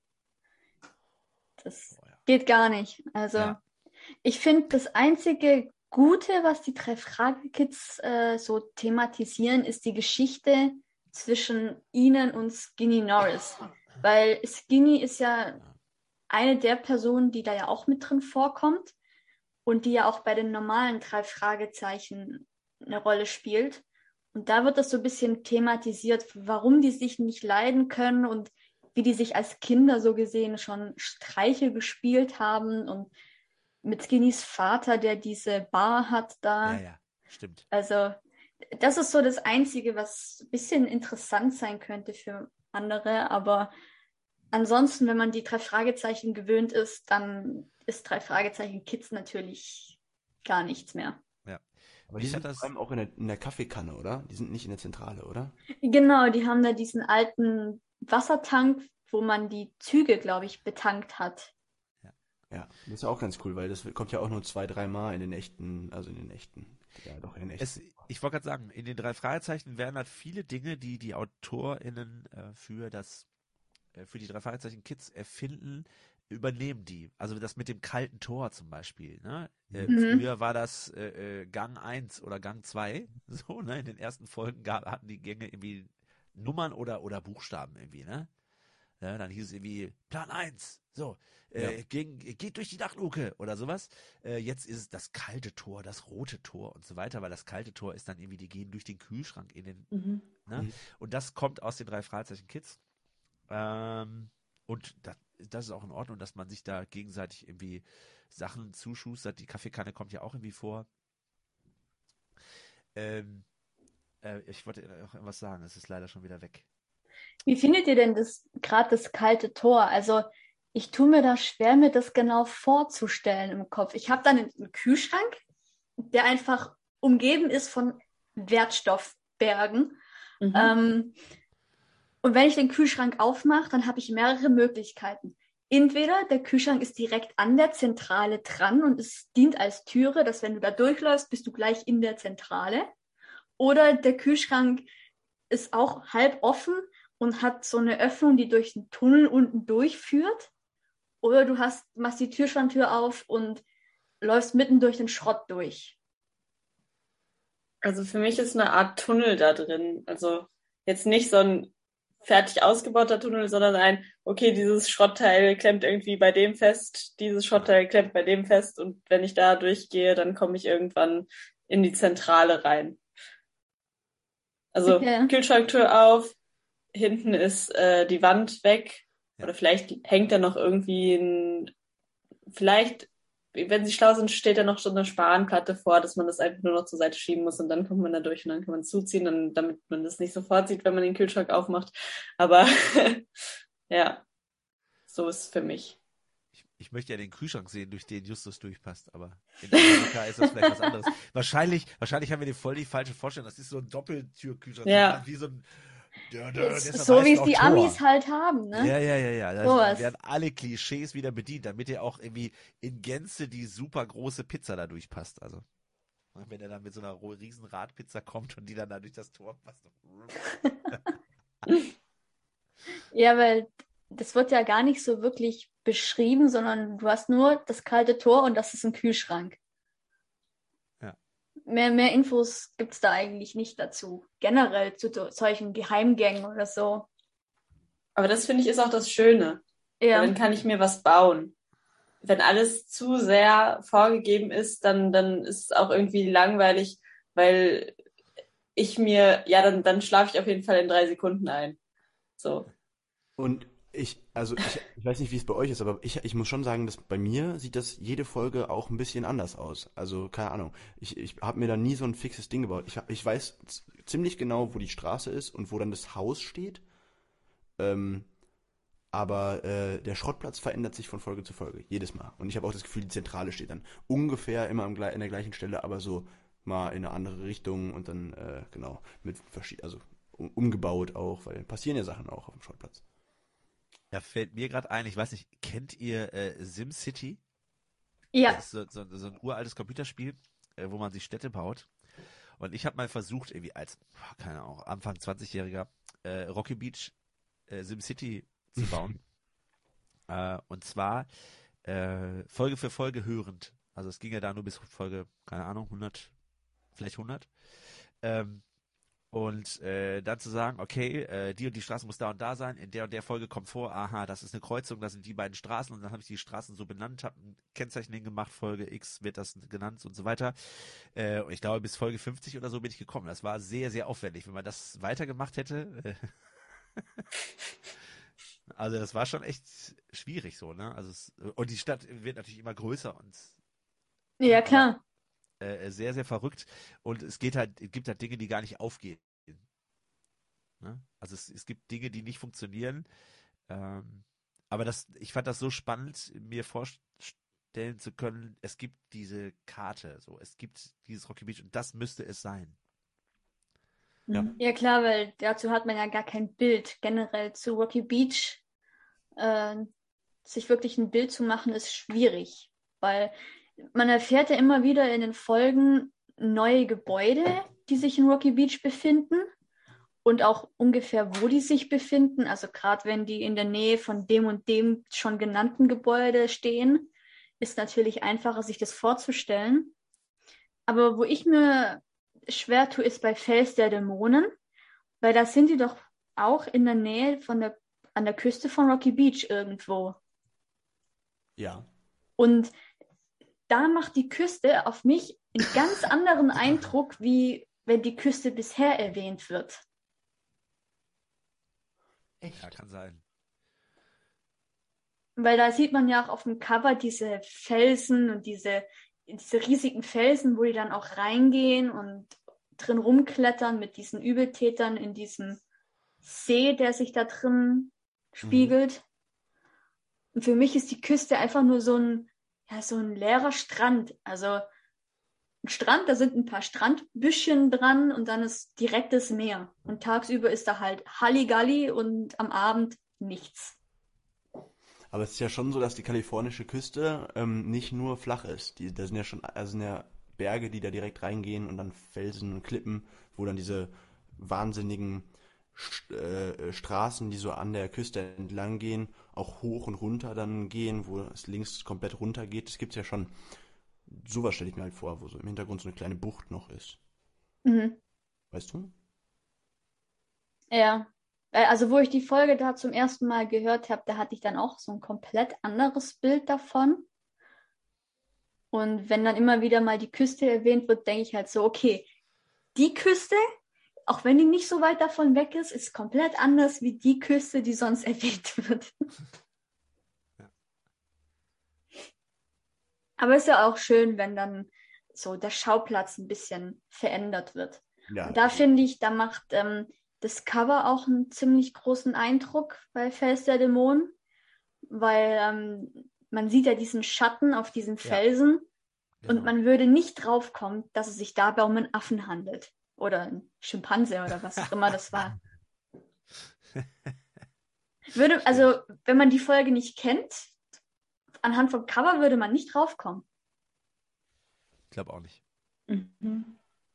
das Oh, ja. geht gar nicht. Also Ja. ich finde, das einzige Gute, was die drei Fragekids äh, so thematisieren, ist die Geschichte zwischen ihnen und Skinny Norris. Weil Skinny ist ja eine der Personen, die da ja auch mit drin vorkommt und die ja auch bei den normalen drei Fragezeichen eine Rolle spielt. Und da wird das so ein bisschen thematisiert, warum die sich nicht leiden können und wie die sich als Kinder so gesehen schon Streiche gespielt haben und mit Skinnys Vater, der diese Bar hat da. Ja, ja, stimmt. Also das ist so das Einzige, was ein bisschen interessant sein könnte für andere, aber ansonsten, wenn man die drei Fragezeichen gewöhnt ist, dann ist drei Fragezeichen Kids natürlich gar nichts mehr. Ja. Aber die Mich hat sind vor das, allem auch in der, in der Kaffeekanne, oder? Die sind nicht in der Zentrale, oder? Genau, die haben da diesen alten Wassertank, wo man die Züge, glaube ich, betankt hat. Ja, das ist ja auch ganz cool, weil das kommt ja auch nur zwei, dreimal in den echten, also in den echten, ja doch, in den echten. es, ich wollte gerade sagen, in den drei Fragezeichen werden halt viele Dinge, die die AutorInnen äh, für das, äh, für die drei Fragezeichen Kids erfinden, übernehmen die. Also das mit dem kalten Tor zum Beispiel. Ne? Äh, Mhm. Früher war das äh, äh, Gang eins oder Gang zwei. So, ne? In den ersten Folgen gab, hatten die Gänge irgendwie Nummern oder, oder Buchstaben irgendwie. Ne? Ja, dann hieß es irgendwie Plan eins. So, äh, Ja. gegen, geht durch die Dachluke oder sowas. Äh, jetzt ist es das kalte Tor, das rote Tor und so weiter, weil das kalte Tor ist dann irgendwie, die gehen durch den Kühlschrank in den. Mhm. Ne? Mhm. Und das kommt aus den drei Fragezeichen Kids. Ähm, und das, das ist auch in Ordnung, dass man sich da gegenseitig irgendwie Sachen zuschustert. Die Kaffeekanne kommt ja auch irgendwie vor. Ähm, äh, ich wollte noch irgendwas sagen, es ist leider schon wieder weg. Wie findet ihr denn das gerade das kalte Tor? Also ich tue mir da schwer, mir das genau vorzustellen im Kopf. Ich habe dann einen Kühlschrank, der einfach umgeben ist von Wertstoffbergen. Mhm. Ähm, und wenn ich den Kühlschrank aufmache, dann habe ich mehrere Möglichkeiten. Entweder der Kühlschrank ist direkt an der Zentrale dran und es dient als Türe, dass wenn du da durchläufst, bist du gleich in der Zentrale. Oder der Kühlschrank ist auch halb offen und hat so eine Öffnung, die durch einen Tunnel unten durchführt. Oder du hast, machst die Türschranktür auf und läufst mitten durch den Schrott durch. Also für mich ist eine Art Tunnel da drin. Also jetzt nicht so ein fertig ausgebauter Tunnel, sondern ein, okay, dieses Schrottteil klemmt irgendwie bei dem fest, dieses Schrottteil klemmt bei dem fest und wenn ich da durchgehe, dann komme ich irgendwann in die Zentrale rein. Also Okay. Kühlschranktür auf, hinten ist äh, die Wand weg Ja. oder vielleicht hängt da noch irgendwie ein, vielleicht, wenn sie schlau sind, steht da noch so eine Spanplatte vor, dass man das einfach nur noch zur Seite schieben muss und dann kommt man da durch und dann kann man es zuziehen, dann, damit man das nicht sofort sieht, wenn man den Kühlschrank aufmacht. Aber ja, so ist es für mich. Ich, ich möchte ja den Kühlschrank sehen, durch den Justus durchpasst, aber in Amerika ist das vielleicht was anderes. Wahrscheinlich, wahrscheinlich haben wir dir voll die falsche Vorstellung. Das ist so ein Doppeltür-Kühlschrank. Ja. Wie so ein. Der, der, Ist deshalb so heißt wie er es auch die Tor. Amis halt haben, ne? Ja, ja, ja, ja. Da Sowas. werden alle Klischees wieder bedient, damit ihr auch irgendwie in Gänze die super große Pizza da durchpasst. Also, wenn er dann mit so einer ro- riesen Radpizza kommt und die dann da durch das Tor passt. Ja, weil das wird ja gar nicht so wirklich beschrieben, sondern du hast nur das kalte Tor und das ist ein Kühlschrank. Ja. Mehr, mehr Infos gibt es da eigentlich nicht dazu. Generell zu to- solchen Geheimgängen oder so. Aber das finde ich ist auch das Schöne. Weil Ja, dann kann ich mir was bauen. Wenn alles zu sehr vorgegeben ist, dann, dann ist es auch irgendwie langweilig, weil ich mir, ja, dann, dann schlafe ich auf jeden Fall in drei Sekunden ein. So. Und ich, also ich, ich weiß nicht, wie es bei euch ist, aber ich, ich muss schon sagen, dass bei mir sieht das jede Folge auch ein bisschen anders aus. Also, keine Ahnung. Ich, ich habe mir da nie so ein fixes Ding gebaut. Ich, hab- ich weiß z- ziemlich genau, wo die Straße ist und wo dann das Haus steht. Ähm, aber äh, der Schrottplatz verändert sich von Folge zu Folge, jedes Mal. Und ich habe auch das Gefühl, die Zentrale steht dann ungefähr immer am, gle- an der gleichen Stelle, aber so mal in eine andere Richtung und dann, äh, genau, mit verschiedenen, also um, umgebaut auch, weil passieren ja Sachen auch auf dem Schrottplatz. Da fällt mir gerade ein, ich weiß nicht, kennt ihr äh, SimCity? ja. Das ist so, so, so ein uraltes Computerspiel, äh, wo man sich Städte baut. Und ich habe mal versucht, irgendwie als, boah, keine Ahnung, Anfang zwanzig-Jähriger, äh, Rocky Beach äh, SimCity zu bauen. äh, und zwar äh, Folge für Folge hörend. Also es ging ja da nur bis Folge, keine Ahnung, hundert, vielleicht hundert. Ähm, und äh, dann zu sagen, okay, äh, die und die Straße muss da und da sein, in der und der Folge kommt vor, aha, das ist eine Kreuzung, das sind die beiden Straßen und dann habe ich die Straßen so benannt, habe ein Kennzeichen hingemacht, Folge X wird das genannt und so weiter. Äh, und ich glaube, bis Folge fünfzig oder so bin ich gekommen. Das war sehr, sehr aufwendig. Wenn man das weitergemacht hätte, äh, also das war schon echt schwierig so, ne? Also es, und die Stadt wird natürlich immer größer und Ja, aber klar. äh, sehr, sehr verrückt. Und es geht halt, es gibt halt Dinge, die gar nicht aufgehen. Ne? Also es, es gibt Dinge, die nicht funktionieren. Ähm, aber das, ich fand das so spannend, mir vorstellen zu können, es gibt diese Karte, so, es gibt dieses Rocky Beach und das müsste es sein. Ja. Mhm. Ja, klar, weil dazu hat man ja gar kein Bild. Generell zu Rocky Beach äh, sich wirklich ein Bild zu machen, ist schwierig, weil man erfährt ja immer wieder in den Folgen neue Gebäude, die sich in Rocky Beach befinden. und auch ungefähr, wo die sich befinden. Also gerade wenn die in der Nähe von dem und dem schon genannten Gebäude stehen, ist natürlich einfacher, sich das vorzustellen. Aber wo ich mir schwer tue, ist bei Fels der Dämonen, weil da sind die doch auch in der Nähe von der, an der Küste von Rocky Beach irgendwo. Ja. Und da macht die Küste auf mich einen ganz anderen Eindruck, wie wenn die Küste bisher erwähnt wird. Echt? Ja, kann sein. Weil da sieht man ja auch auf dem Cover diese Felsen und diese, diese riesigen Felsen, wo die dann auch reingehen und drin rumklettern mit diesen Übeltätern in diesem See, der sich da drin spiegelt. Mhm. Und für mich ist die Küste einfach nur so ein, ja, so ein leerer Strand. Also ein Strand, da sind ein paar Strandbüschchen dran und dann ist direkt das Meer. Und tagsüber ist da halt Halligalli und am Abend nichts. Aber es ist ja schon so, dass die kalifornische Küste ähm, nicht nur flach ist. Die, da sind ja schon also sind ja Berge, die da direkt reingehen und dann Felsen und Klippen, wo dann diese wahnsinnigen St- äh, Straßen, die so an der Küste entlang gehen, auch hoch und runter dann gehen, wo es links komplett runter geht. Das gibt's ja schon. Sowas stelle ich mir halt vor, wo so im Hintergrund so eine kleine Bucht noch ist. Mhm. Weißt du? Ja. Also wo ich die Folge da zum ersten Mal gehört habe, da hatte ich dann auch so ein komplett anderes Bild davon. Und wenn dann immer wieder mal die Küste erwähnt wird, denke ich halt so, okay, die Küste, auch wenn die nicht so weit davon weg ist, ist komplett anders wie die Küste, die sonst erwähnt wird. Ja. Aber es ist ja auch schön, wenn dann so der Schauplatz ein bisschen verändert wird. Ja. Und da finde ich, da macht ähm, das Cover auch einen ziemlich großen Eindruck bei Fels der Dämonen, weil ähm, man sieht ja diesen Schatten auf diesen Felsen Genau. und man würde nicht drauf kommen, dass es sich dabei um einen Affen handelt oder einen Schimpanse oder was auch immer das war. Würde, also, wenn man die Folge nicht kennt, anhand vom Cover würde man nicht draufkommen. Ich glaube auch nicht. Mhm.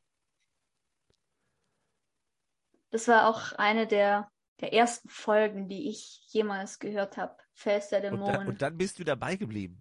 Das war auch eine der, der ersten Folgen, die ich jemals gehört habe. Fels der Und, da, Dämonen. und dann bist du dabei geblieben.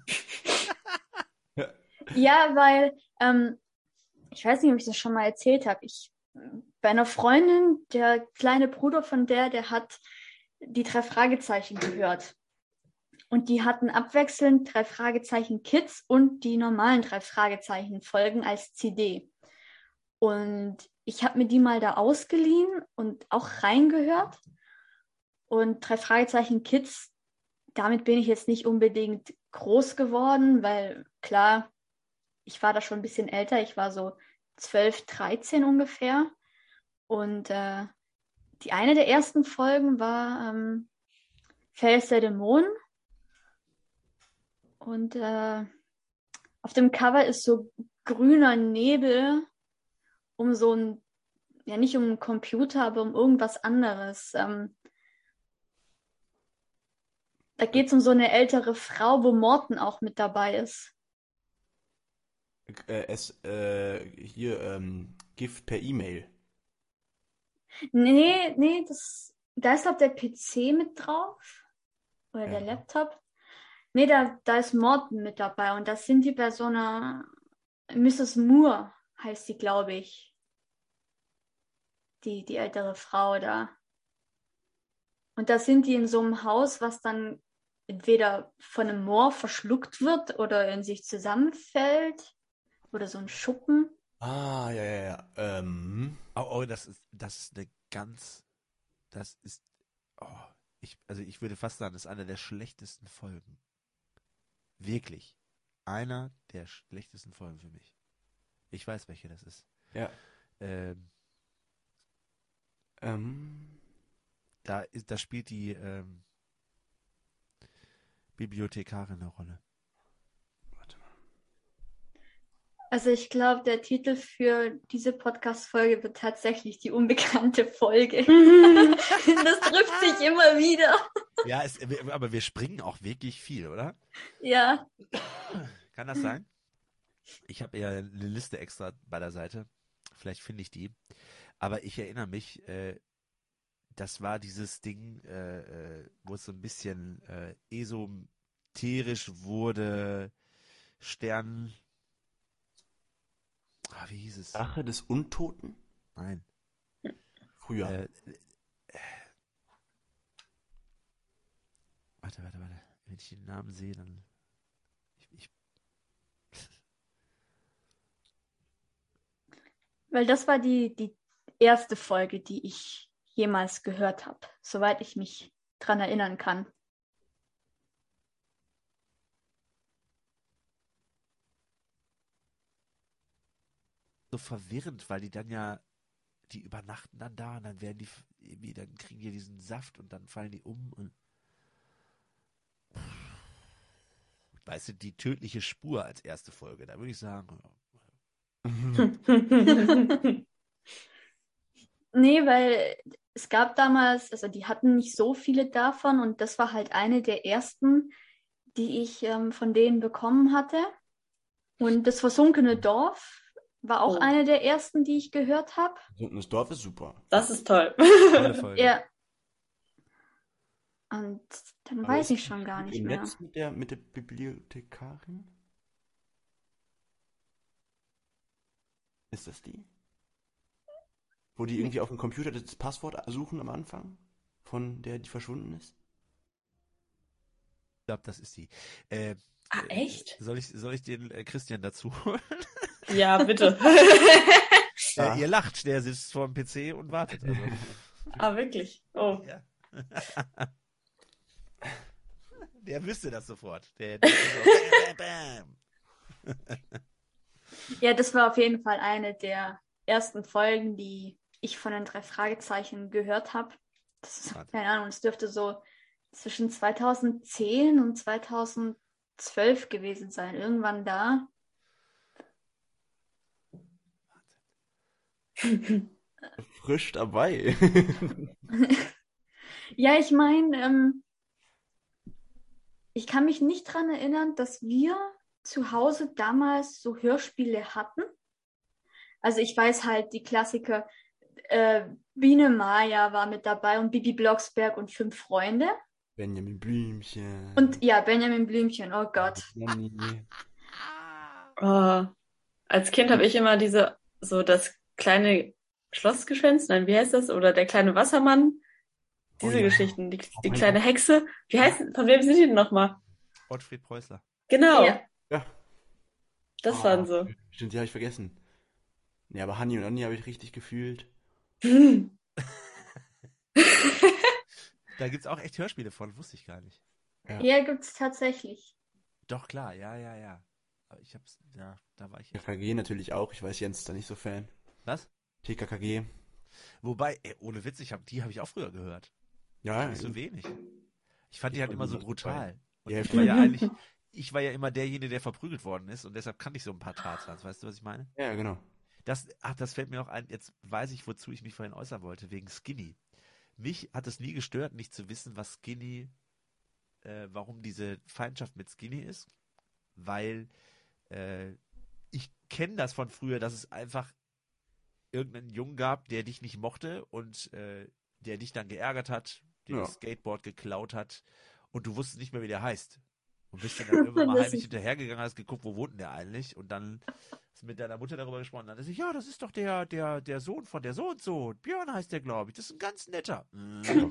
Ja, weil, ähm, ich weiß nicht, ob ich das schon mal erzählt habe. Ich, bei einer Freundin, der kleine Bruder von der, der hat die drei Fragezeichen gehört. Und die hatten abwechselnd drei Fragezeichen Kids und die normalen drei Fragezeichen Folgen als C D. Und ich habe mir die mal da ausgeliehen und auch reingehört. Und drei Fragezeichen Kids, damit bin ich jetzt nicht unbedingt groß geworden, weil klar, ich war da schon ein bisschen älter. Ich war so zwölf, dreizehn ungefähr. Und äh, die eine der ersten Folgen war ähm, Fels der Dämonen. Und äh, auf dem Cover ist so grüner Nebel um so ein, ja nicht um einen Computer, aber um irgendwas anderes. Ähm, da geht es um so eine ältere Frau, wo Morten auch mit dabei ist. Äh, es, äh, hier, ähm, Gift per E-Mail. Nee, nee, das, da ist glaube der P C mit drauf. Oder Ja. der Laptop. Nee, da, da ist Morten mit dabei. Und das sind die bei so einer Misses Moore, heißt die, glaube ich. Die, die ältere Frau da. Und da sind die in so einem Haus, was dann entweder von einem Moor verschluckt wird oder in sich zusammenfällt. Oder so ein Schuppen. Ah, ja, ja, ja. Ähm, Oh, oh, das ist, das ist eine ganz, das ist, oh, ich, also ich würde fast sagen, das ist eine der schlechtesten Folgen. Wirklich. Einer der schlechtesten Folgen für mich. Ich weiß, welche das ist. ja. Ähm, Ähm, da, ist, da spielt die ähm, Bibliothekarin eine Rolle. warte mal. Also ich glaube, der Titel für diese Podcast-Folge wird tatsächlich die unbekannte Folge. Das trifft sich immer wieder. Ja, es, aber wir springen auch wirklich viel, oder? Ja. Kann das sein? Ich habe ja eine Liste extra bei der Seite. Vielleicht finde ich die. Aber ich erinnere mich, äh, das war dieses Ding, äh, äh, wo es so ein bisschen äh, esoterisch wurde, Stern, ah, wie hieß es? Rache des Untoten? Nein. Früher. Äh, warte, warte, warte. Wenn ich den Namen sehe, dann. Ich, ich, Weil das war die, die erste Folge, die ich jemals gehört habe, soweit ich mich dran erinnern kann. so verwirrend, weil die dann ja, die übernachten dann da und dann werden die f- irgendwie, dann kriegen die diesen Saft und dann fallen die um und weißt du, die tödliche Spur als erste Folge, da würde ich sagen, Nee, weil es gab damals, also die hatten nicht so viele davon und das war halt eine der ersten, die ich ähm, von denen bekommen hatte. Und das versunkene Dorf war auch Oh. eine der ersten, die ich gehört habe. Sunkenes Dorf ist super. Das ist toll. tolle Folge. Ja. Und dann Aber weiß ist ich schon gar die nicht im mehr. Netz mit der, mit der Bibliothekarin? Ist das die? Wo die irgendwie auf dem Computer das Passwort suchen am Anfang? Von der, die verschwunden ist? Ich glaube, das ist die. Äh, Ah, äh, echt? Soll ich, soll ich den äh, Christian dazu holen? Ja, bitte. Ah. Äh, ihr lacht, der sitzt vor dem P C und wartet. Also. Ah, wirklich? Oh. Ja. Der wüsste das sofort. Der, der so, bam, bam, bam. Ja, das war auf jeden Fall eine der ersten Folgen, die ich von den drei Fragezeichen gehört habe. Das ist, Wahnsinn. keine Ahnung, es dürfte so zwischen zweitausendzehn und zweitausendzwölf gewesen sein. Irgendwann da. Frisch dabei. Ja, ich meine, ähm, ich kann mich nicht daran erinnern, dass wir zu Hause damals so Hörspiele hatten. Also ich weiß halt, die Klassiker, äh, Biene Maya war mit dabei und Bibi Blocksberg und Fünf Freunde. Benjamin Blümchen. Und ja, Benjamin Blümchen, oh Gott. Nanni. Oh. Als Kind habe ich immer diese, so das kleine Schlossgespenst, nein, wie heißt das? Oder der kleine Wassermann. Diese Oh ja. Geschichten, die, die mein kleine Gott. Hexe. Wie heißt, von wem sind die denn nochmal? Ottfried Preußler. Genau, Ja. Ja. das Ah, waren so. Stimmt, die habe ich vergessen. Nee, aber Hanni und Anni habe ich richtig gefühlt. Da gibt es auch echt Hörspiele von, wusste ich gar nicht. Ja. Ja, gibt's tatsächlich. Doch, klar, ja, ja, ja. Aber ich hab's, ja, da war ich T echt. K K G natürlich auch. Ich weiß, Jens ist da nicht so Fan. Was? T K K G. Wobei, ey, ohne Witz, ich hab, die habe ich auch früher gehört. Ja, Nicht so wenig. Ich fand die halt immer so brutal. Und Ja, ich war ja eigentlich, ich war ja immer derjenige, der verprügelt worden ist und deshalb kannte ich so ein paar Tarzans. Weißt du, was ich meine? ja, genau. Das, ach, das fällt mir auch ein, jetzt weiß ich, wozu ich mich vorhin äußern wollte, wegen Skinny. Mich hat es nie gestört, nicht zu wissen, was Skinny, äh, warum diese Feindschaft mit Skinny ist, weil äh, ich kenne das von früher, dass es einfach irgendeinen Jungen gab, der dich nicht mochte und äh, der dich dann geärgert hat, dir Ja. das Skateboard geklaut hat und du wusstest nicht mehr, wie der heißt. Und bist dann, dann irgendwann mal Das heimlich ist- hinterhergegangen, hast geguckt, wo wohnt denn der eigentlich? Und dann hast du mit deiner Mutter darüber gesprochen. Dann ist ich, ja, das ist doch der, der, der Sohn von der so und so. Björn heißt der, glaube ich. Das ist ein ganz netter. Mhm.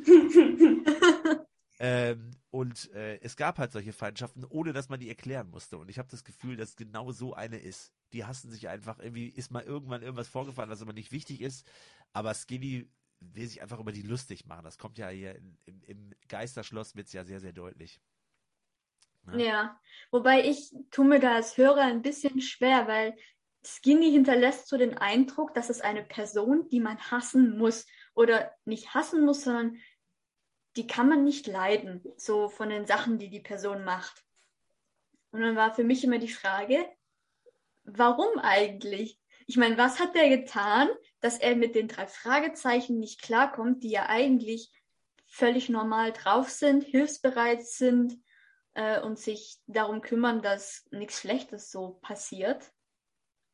Ähm, und äh, es gab halt solche Feindschaften, ohne dass man die erklären musste. Und ich habe das Gefühl, dass genau so eine ist. Die hassen sich einfach, irgendwie ist mal irgendwann irgendwas vorgefallen, was aber nicht wichtig ist. Aber Skinny will sich einfach über die lustig machen. Das kommt ja hier in, im, im Geisterschloss wird's ja sehr, sehr deutlich. Ne? Ja, wobei ich tue mir da als Hörer ein bisschen schwer, weil Skinny hinterlässt so den Eindruck, dass es eine Person, die man hassen muss. Oder nicht hassen muss, sondern die kann man nicht leiden, so von den Sachen, die die Person macht. Und dann war für mich immer die Frage, warum eigentlich? Ich meine, was hat der getan, dass er mit den drei Fragezeichen nicht klarkommt, die ja eigentlich völlig normal drauf sind, hilfsbereit sind äh, und sich darum kümmern, dass nichts Schlechtes so passiert?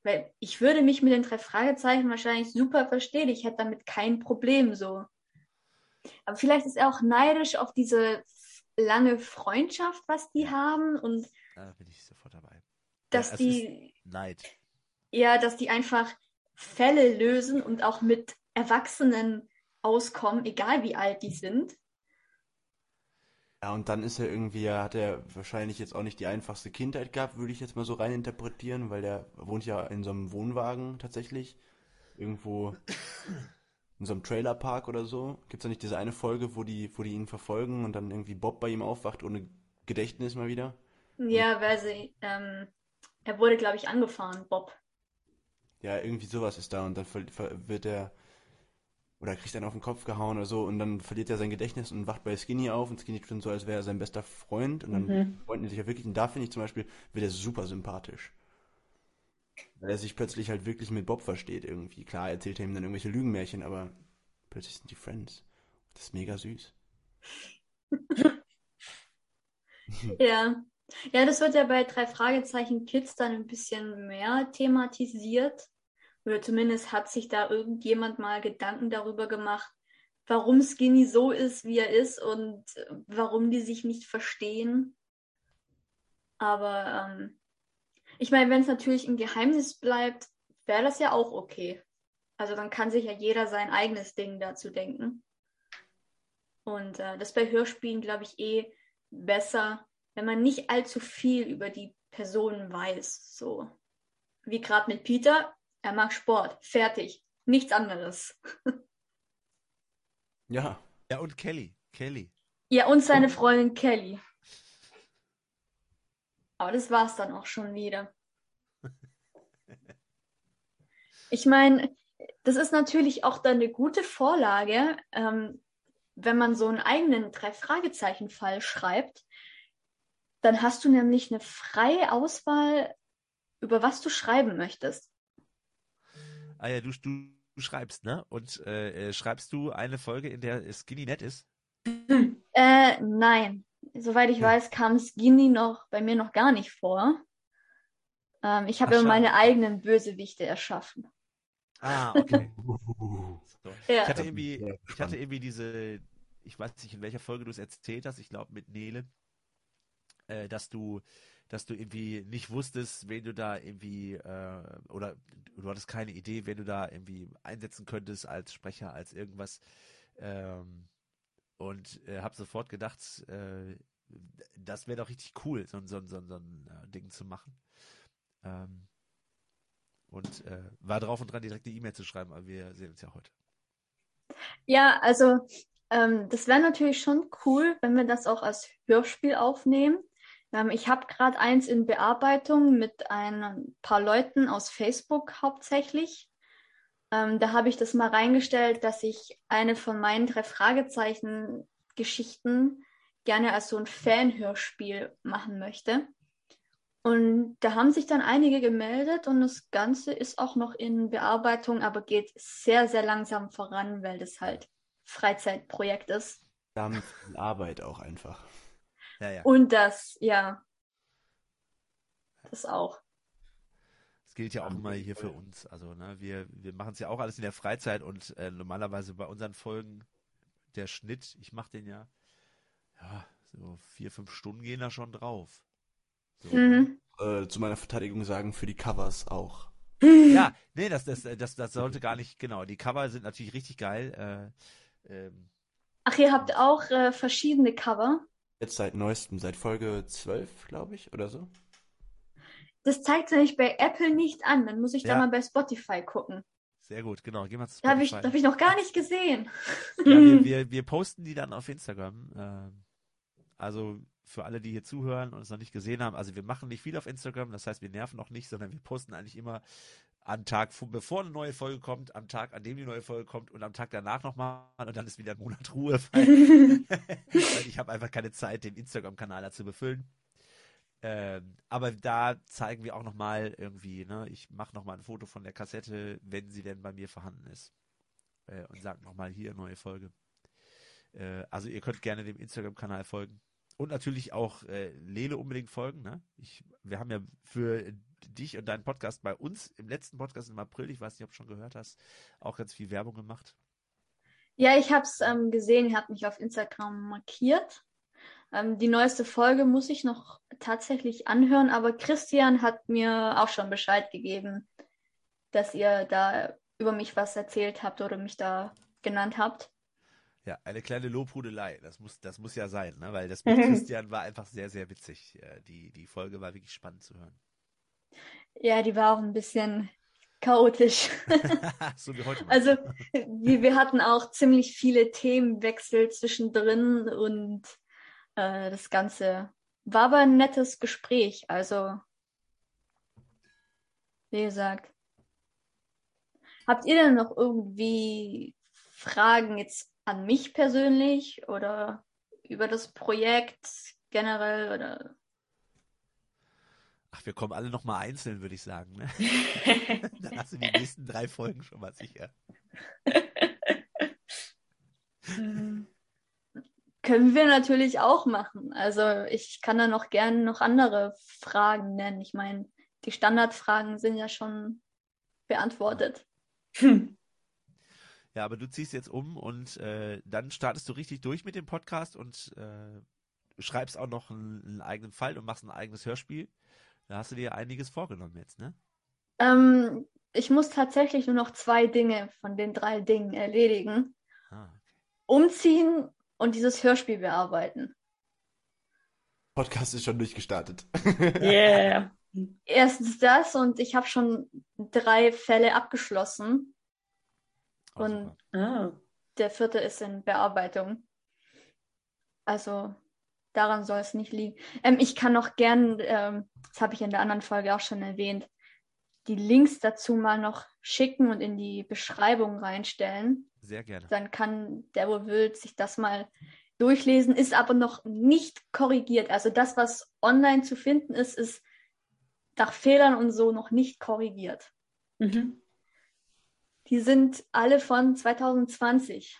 Weil ich würde mich mit den drei Fragezeichen wahrscheinlich super verstehen. Ich hätte damit kein Problem so. Aber vielleicht ist er auch neidisch auf diese lange Freundschaft, was die Ja. haben und Da bin ich sofort dabei. dass Ja, es die, ist Neid. ja, dass die einfach Fälle lösen und auch mit Erwachsenen auskommen, egal wie alt die sind. Ja, und dann ist er irgendwie, ja, hat er wahrscheinlich jetzt auch nicht die einfachste Kindheit gehabt, würde ich jetzt mal so rein interpretieren, weil der wohnt ja in so einem Wohnwagen tatsächlich. Irgendwo in so einem Trailerpark oder so. Gibt's da nicht diese eine Folge, wo die, wo die ihn verfolgen und dann irgendwie Bob bei ihm aufwacht ohne Gedächtnis mal wieder? Und Ja, weil sie, ähm, er wurde, glaube ich, angefahren, Bob. ja, irgendwie sowas ist da und dann ver ver wird er, oder kriegt einen auf den Kopf gehauen oder so und dann verliert er sein Gedächtnis und wacht bei Skinny auf und Skinny tut dann so, als wäre er sein bester Freund und dann Mhm. freunden die sich ja wirklich und da finde ich zum Beispiel, wird er super sympathisch. Weil er sich plötzlich halt wirklich mit Bob versteht irgendwie. Klar, erzählt er ihm dann irgendwelche Lügenmärchen, aber plötzlich sind die Friends. Das ist mega süß. Ja. Ja, das wird ja bei drei Fragezeichen Kids dann ein bisschen mehr thematisiert. Oder zumindest hat sich da irgendjemand mal Gedanken darüber gemacht, warum Skinny so ist, wie er ist und warum die sich nicht verstehen. Aber ähm, ich meine, wenn es natürlich ein Geheimnis bleibt, wäre das ja auch okay. Also dann kann sich ja jeder sein eigenes Ding dazu denken. Und äh, das bei Hörspielen, glaube ich, eh besser, wenn man nicht allzu viel über die Person weiß. So wie gerade mit Peter, er mag Sport, fertig, nichts anderes. Ja, Ja, und Kelly. Kelly. Ja, und seine Freundin Kelly. Aber das war's dann auch schon wieder. Ich meine, das ist natürlich auch dann eine gute Vorlage, ähm, wenn man so einen eigenen Drei-Fragezeichen-Fall schreibt. Dann hast du nämlich eine freie Auswahl, über was du schreiben möchtest. Ah ja, du, du, du schreibst, ne? Und äh, äh, schreibst du eine Folge, in der Skinny nett ist? Äh, nein. Soweit ich weiß, kam Skinny noch bei mir noch gar nicht vor. Ähm, ich habe Ach, immer meine schade. eigenen Bösewichte erschaffen. Ah, okay. So. Ich Ja. hatte da bin ich irgendwie, sehr ich hatte gespannt. irgendwie diese, ich weiß nicht, in welcher Folge du es erzählt hast, ich glaube mit Nele, äh, dass du, dass du irgendwie nicht wusstest, wen du da irgendwie, äh, oder du hattest keine Idee, wen du da irgendwie einsetzen könntest als Sprecher, als irgendwas. Ähm, und äh, habe sofort gedacht, äh, das wäre doch richtig cool, so, ein- so, ein- so, ein- so ein äh, Ding zu machen. Ähm, und äh, war drauf und dran, direkt die E-Mail zu schreiben, aber wir sehen uns ja heute. Ja, also ähm, das wäre natürlich schon cool, wenn wir das auch als Hörspiel aufnehmen. Ähm, ich habe gerade eins in Bearbeitung mit ein paar Leuten aus Facebook hauptsächlich. Ähm, da habe ich das mal reingestellt, dass ich eine von meinen drei Fragezeichen-Geschichten gerne als so ein Fanhörspiel machen möchte. Und da haben sich dann einige gemeldet und das Ganze ist auch noch in Bearbeitung, aber geht sehr, sehr langsam voran, weil das halt Freizeitprojekt ist. Verdammt viel Arbeit auch einfach. Ja, ja. Und das, ja, das auch. Das gilt ja auch immer Verdammt hier für voll. uns. Also, ne, wir, wir machen es ja auch alles in der Freizeit und äh, normalerweise bei unseren Folgen der Schnitt, ich mache den ja, ja, so vier, fünf Stunden gehen da schon drauf. So, ne? Mhm. Äh, zu meiner Verteidigung sagen, für die Covers auch. Ja, nee, das, das, das, das sollte gar nicht, genau. Die Cover sind natürlich richtig geil. Äh, ähm, Ach, ihr habt und auch äh, verschiedene Cover. Jetzt seit neuestem, seit Folge zwölf, glaube ich, oder so. Das zeigt nämlich bei Apple nicht an. Dann muss ich da ja, mal bei Spotify gucken. sehr gut, genau. Gehen wir zu Da habe ich, Spotify. da hab ich noch gar nicht gesehen. Ja, wir, wir, wir posten die dann auf Instagram. Ähm, also für alle, die hier zuhören und es noch nicht gesehen haben, also wir machen nicht viel auf Instagram, das heißt, wir nerven auch nicht, sondern wir posten eigentlich immer am Tag, bevor eine neue Folge kommt, am Tag, an dem die neue Folge kommt und am Tag danach nochmal und dann ist wieder ein Monat Ruhe, weil, weil ich habe einfach keine Zeit, den Instagram-Kanal dazu befüllen. Ähm, aber da zeigen wir auch nochmal irgendwie, ne, ich mache nochmal ein Foto von der Kassette, wenn sie denn bei mir vorhanden ist. Äh, und sage nochmal hier, neue Folge. Äh, also ihr könnt gerne dem Instagram-Kanal folgen. Und natürlich auch äh, Lele unbedingt folgen. Ne? Ich, wir haben ja für dich und deinen Podcast bei uns im letzten Podcast im April, ich weiß nicht, ob du schon gehört hast, auch ganz viel Werbung gemacht. Ja, ich habe es ähm, gesehen, ihr habt mich auf Instagram markiert. Ähm, die neueste Folge muss ich noch tatsächlich anhören, aber Christian hat mir auch schon Bescheid gegeben, dass ihr da über mich was erzählt habt oder mich da genannt habt. Ja, eine kleine Lobhudelei, das muss, das muss ja sein, ne? Weil das mit Christian war einfach sehr, sehr witzig. Die, die Folge war wirklich spannend zu hören. Ja, die war auch ein bisschen chaotisch. So wie heute mal. Also wir, wir hatten auch ziemlich viele Themenwechsel zwischendrin und äh, das Ganze war aber ein nettes Gespräch. Also, wie gesagt. Habt ihr denn noch irgendwie Fragen jetzt an mich persönlich oder über das Projekt generell oder? Ach, wir kommen alle noch mal einzeln, würde ich sagen. Ne? Dann hast du die nächsten drei Folgen schon mal sicher. Ähm, können wir natürlich auch machen. Also ich kann da noch gerne noch andere Fragen nennen. Ich meine, die Standardfragen sind ja schon beantwortet. Ja, aber du ziehst jetzt um und äh, dann startest du richtig durch mit dem Podcast und äh, schreibst auch noch einen, einen eigenen Fall und machst ein eigenes Hörspiel. Da hast du dir einiges vorgenommen jetzt, ne? Ähm, ich muss tatsächlich nur noch zwei Dinge von den drei Dingen erledigen. Ah, okay. Umziehen und dieses Hörspiel bearbeiten. Podcast ist schon durchgestartet. Yeah. Erstens das und ich habe schon drei Fälle abgeschlossen Oh, und super. Ah. der vierte ist in Bearbeitung. Also daran soll es nicht liegen. Ähm, ich kann noch gern, ähm, das habe ich in der anderen Folge auch schon erwähnt, die Links dazu mal noch schicken und in die Beschreibung reinstellen. Sehr gerne. Dann kann der, wo will, sich das mal durchlesen, ist aber noch nicht korrigiert. Also das, was online zu finden ist, ist nach Fehlern und so noch nicht korrigiert. Mhm. Die sind alle von zwanzig zwanzig.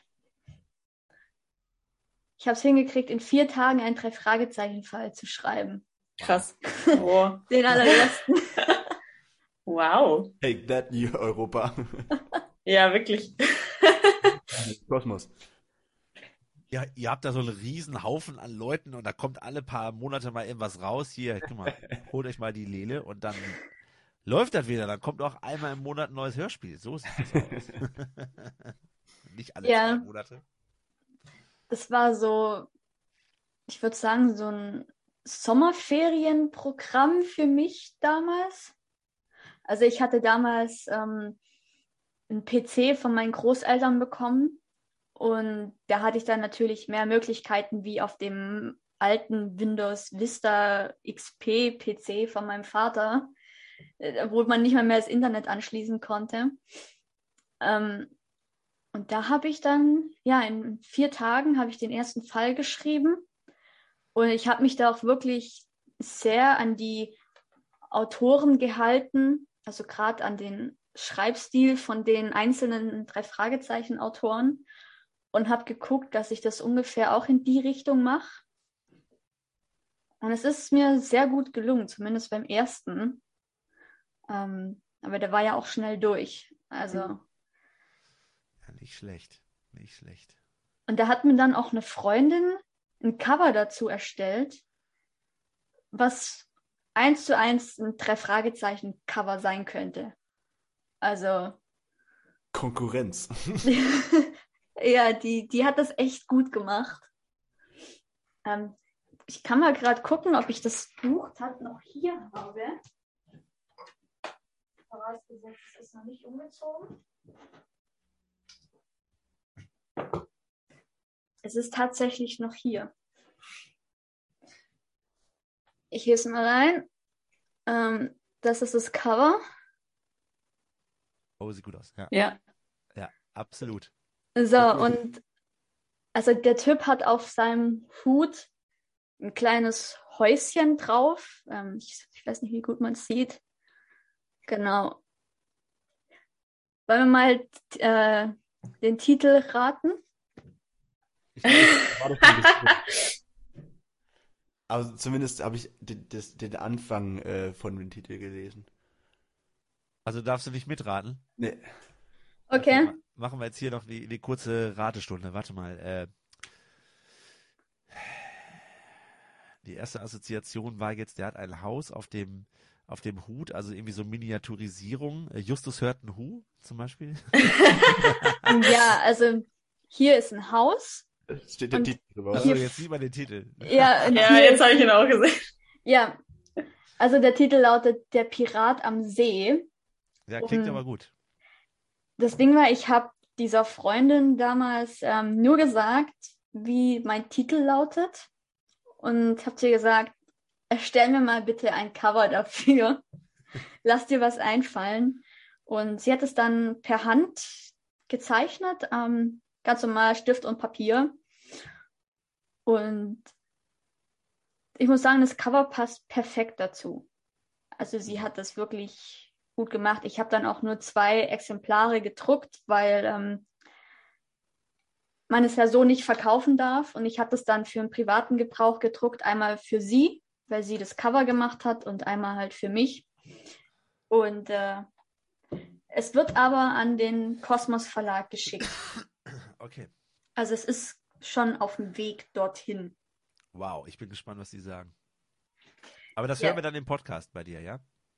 Ich habe es hingekriegt, in vier Tagen einen Drei-Fragezeichen-Fall zu schreiben. Krass. Oh. Den allerersten. Wow. Take that, New Europa. Ja, wirklich. Kosmos. Ja, ihr habt da so einen riesen Haufen an Leuten und da kommt alle paar Monate mal irgendwas raus. Hier, guck mal, holt euch mal die Lele und dann läuft das wieder. Dann kommt auch einmal im Monat ein neues Hörspiel. So sieht das aus. Nicht alle Ja. zwei Monate. Das war so, ich würde sagen, so ein Sommerferienprogramm für mich damals. Also ich hatte damals ähm, einen P C von meinen Großeltern bekommen und da hatte ich dann natürlich mehr Möglichkeiten wie auf dem alten Windows Vista X P P C von meinem Vater, äh, wo man nicht mal mehr das Internet anschließen konnte. Ähm, und da habe ich dann, ja, in vier Tagen habe ich den ersten Fall geschrieben und ich habe mich da auch wirklich sehr an die Autoren gehalten, also gerade an den Schreibstil von den einzelnen Drei-Fragezeichen-Autoren und habe geguckt, dass ich das ungefähr auch in die Richtung mache. Und es ist mir sehr gut gelungen, zumindest beim ersten. Ähm, aber der war ja auch schnell durch. Also, Ja, nicht schlecht. Nicht schlecht. und da hat mir dann auch eine Freundin ein Cover dazu erstellt, was eins zu eins ein Drei-Fragezeichen-Cover sein könnte. Also, Konkurrenz. ja, die, die hat das echt gut gemacht. Ähm, ich kann mal gerade gucken, ob ich das Buch halt noch hier habe. Vorausgesetzt, es ist noch nicht umgezogen. Es ist tatsächlich noch hier. Ich lese mal rein. Ähm, das ist das Cover. Oh, sieht gut aus. Ja, Ja. ja, absolut. So, und also der Typ hat auf seinem Hut ein kleines Häuschen drauf. Ähm, ich, ich weiß nicht, wie gut man es sieht. Genau. Wollen wir mal äh, den Titel raten? Ich glaube, das war doch schon gesprochen. Also zumindest habe ich den, das, den Anfang äh, von dem Titel gelesen. Also darfst du nicht mitraten? Nee. Okay. ma- machen wir jetzt hier noch die, die kurze Ratestunde. Warte mal. Äh, die erste Assoziation war jetzt, der hat ein Haus auf dem, auf dem Hut, also irgendwie so Miniaturisierung. Äh, Justus hört ein Hu zum Beispiel. Ja, also hier ist ein Haus. Es steht der Und Titel drüber. Achso, hier- jetzt sieht man den Titel. Ja, und Ja, hier jetzt ist, habe ich ihn auch gesehen. ja, also der Titel lautet Der Pirat am See. Ja, klingt Um- aber gut. Das Ding war, ich habe dieser Freundin damals ähm, nur gesagt, wie mein Titel lautet und habe ihr gesagt, erstell mir mal bitte ein Cover dafür. Lass dir was einfallen. Und sie hat es dann per Hand gezeichnet, ähm, ganz normal Stift und Papier. Und ich muss sagen, das Cover passt perfekt dazu. Also sie hat das wirklich gut gemacht. Ich habe dann auch nur zwei Exemplare gedruckt, weil ähm, man es ja so nicht verkaufen darf. Und ich habe das dann für einen privaten Gebrauch gedruckt. Einmal für sie, weil sie das Cover gemacht hat, und einmal halt für mich. Und äh, es wird aber an den Kosmos Verlag geschickt. Okay. Also es ist schon auf dem Weg dorthin. Wow, ich bin gespannt, was Sie sagen. Aber das Ja. hören wir dann im Podcast bei dir, ja?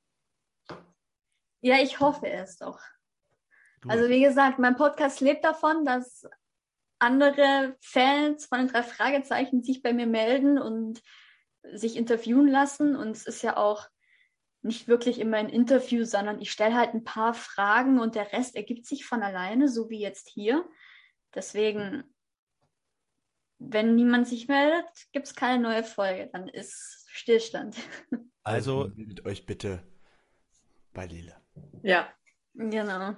Ja, ich hoffe es doch. Gut. Also wie gesagt, mein Podcast lebt davon, dass andere Fans von den drei Fragezeichen sich bei mir melden und sich interviewen lassen. Und es ist ja auch nicht wirklich immer ein Interview, sondern ich stelle halt ein paar Fragen und der Rest ergibt sich von alleine, so wie jetzt hier. Deswegen, wenn niemand sich meldet, gibt es keine neue Folge. Dann ist Stillstand. Also- meldet euch bitte bei Lele. Ja. Genau.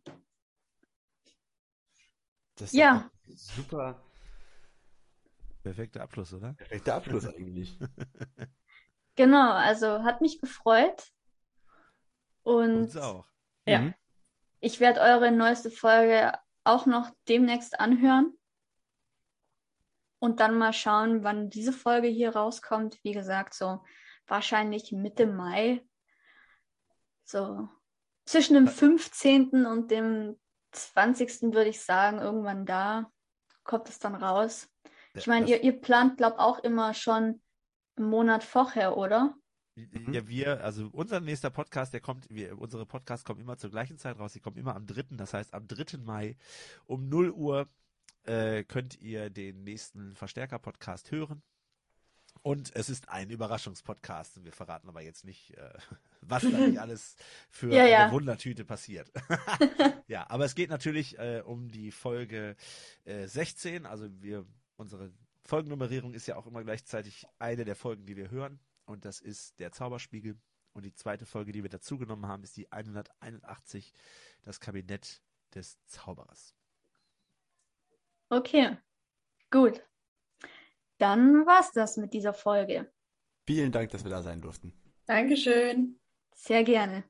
Das ist Ja. doch ein super Perfekter Abschluss, oder? perfekter Abschluss eigentlich. Genau, also hat mich gefreut. Und Uns auch. Ja. Mhm. ich werde eure neueste Folge auch noch demnächst anhören. Und dann mal schauen, wann diese Folge hier rauskommt. Wie gesagt, so wahrscheinlich Mitte Mai. So zwischen dem fünfzehnten und dem zwanzigsten würde ich sagen, irgendwann da kommt es dann raus. Ich meine, Das- ihr, ihr plant, glaube auch immer schon einen Monat vorher, oder? Ja, wir, also unser nächster Podcast, der kommt, wir, unsere Podcasts kommen immer zur gleichen Zeit raus, die kommen immer am dritten Das heißt, am dritten Mai um null Uhr äh, könnt ihr den nächsten Verstärker-Podcast hören. Und es ist ein Überraschungspodcast. Und wir verraten aber jetzt nicht, äh, was da nicht alles für Ja, eine ja. Wundertüte passiert. Ja, aber es geht natürlich äh, um die Folge äh, sechzehn. Also wir, unsere Folgennummerierung ist ja auch immer gleichzeitig eine der Folgen, die wir hören. Und das ist der Zauberspiegel. Und die zweite Folge, die wir dazugenommen haben, ist die hunderteinundachtzig, das Kabinett des Zauberers. Okay, gut. Dann war's das mit dieser Folge. Vielen Dank, dass wir da sein durften. Dankeschön. Sehr gerne.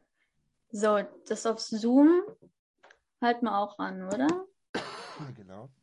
So, das auf Zoom halten wir auch an, oder? Genau.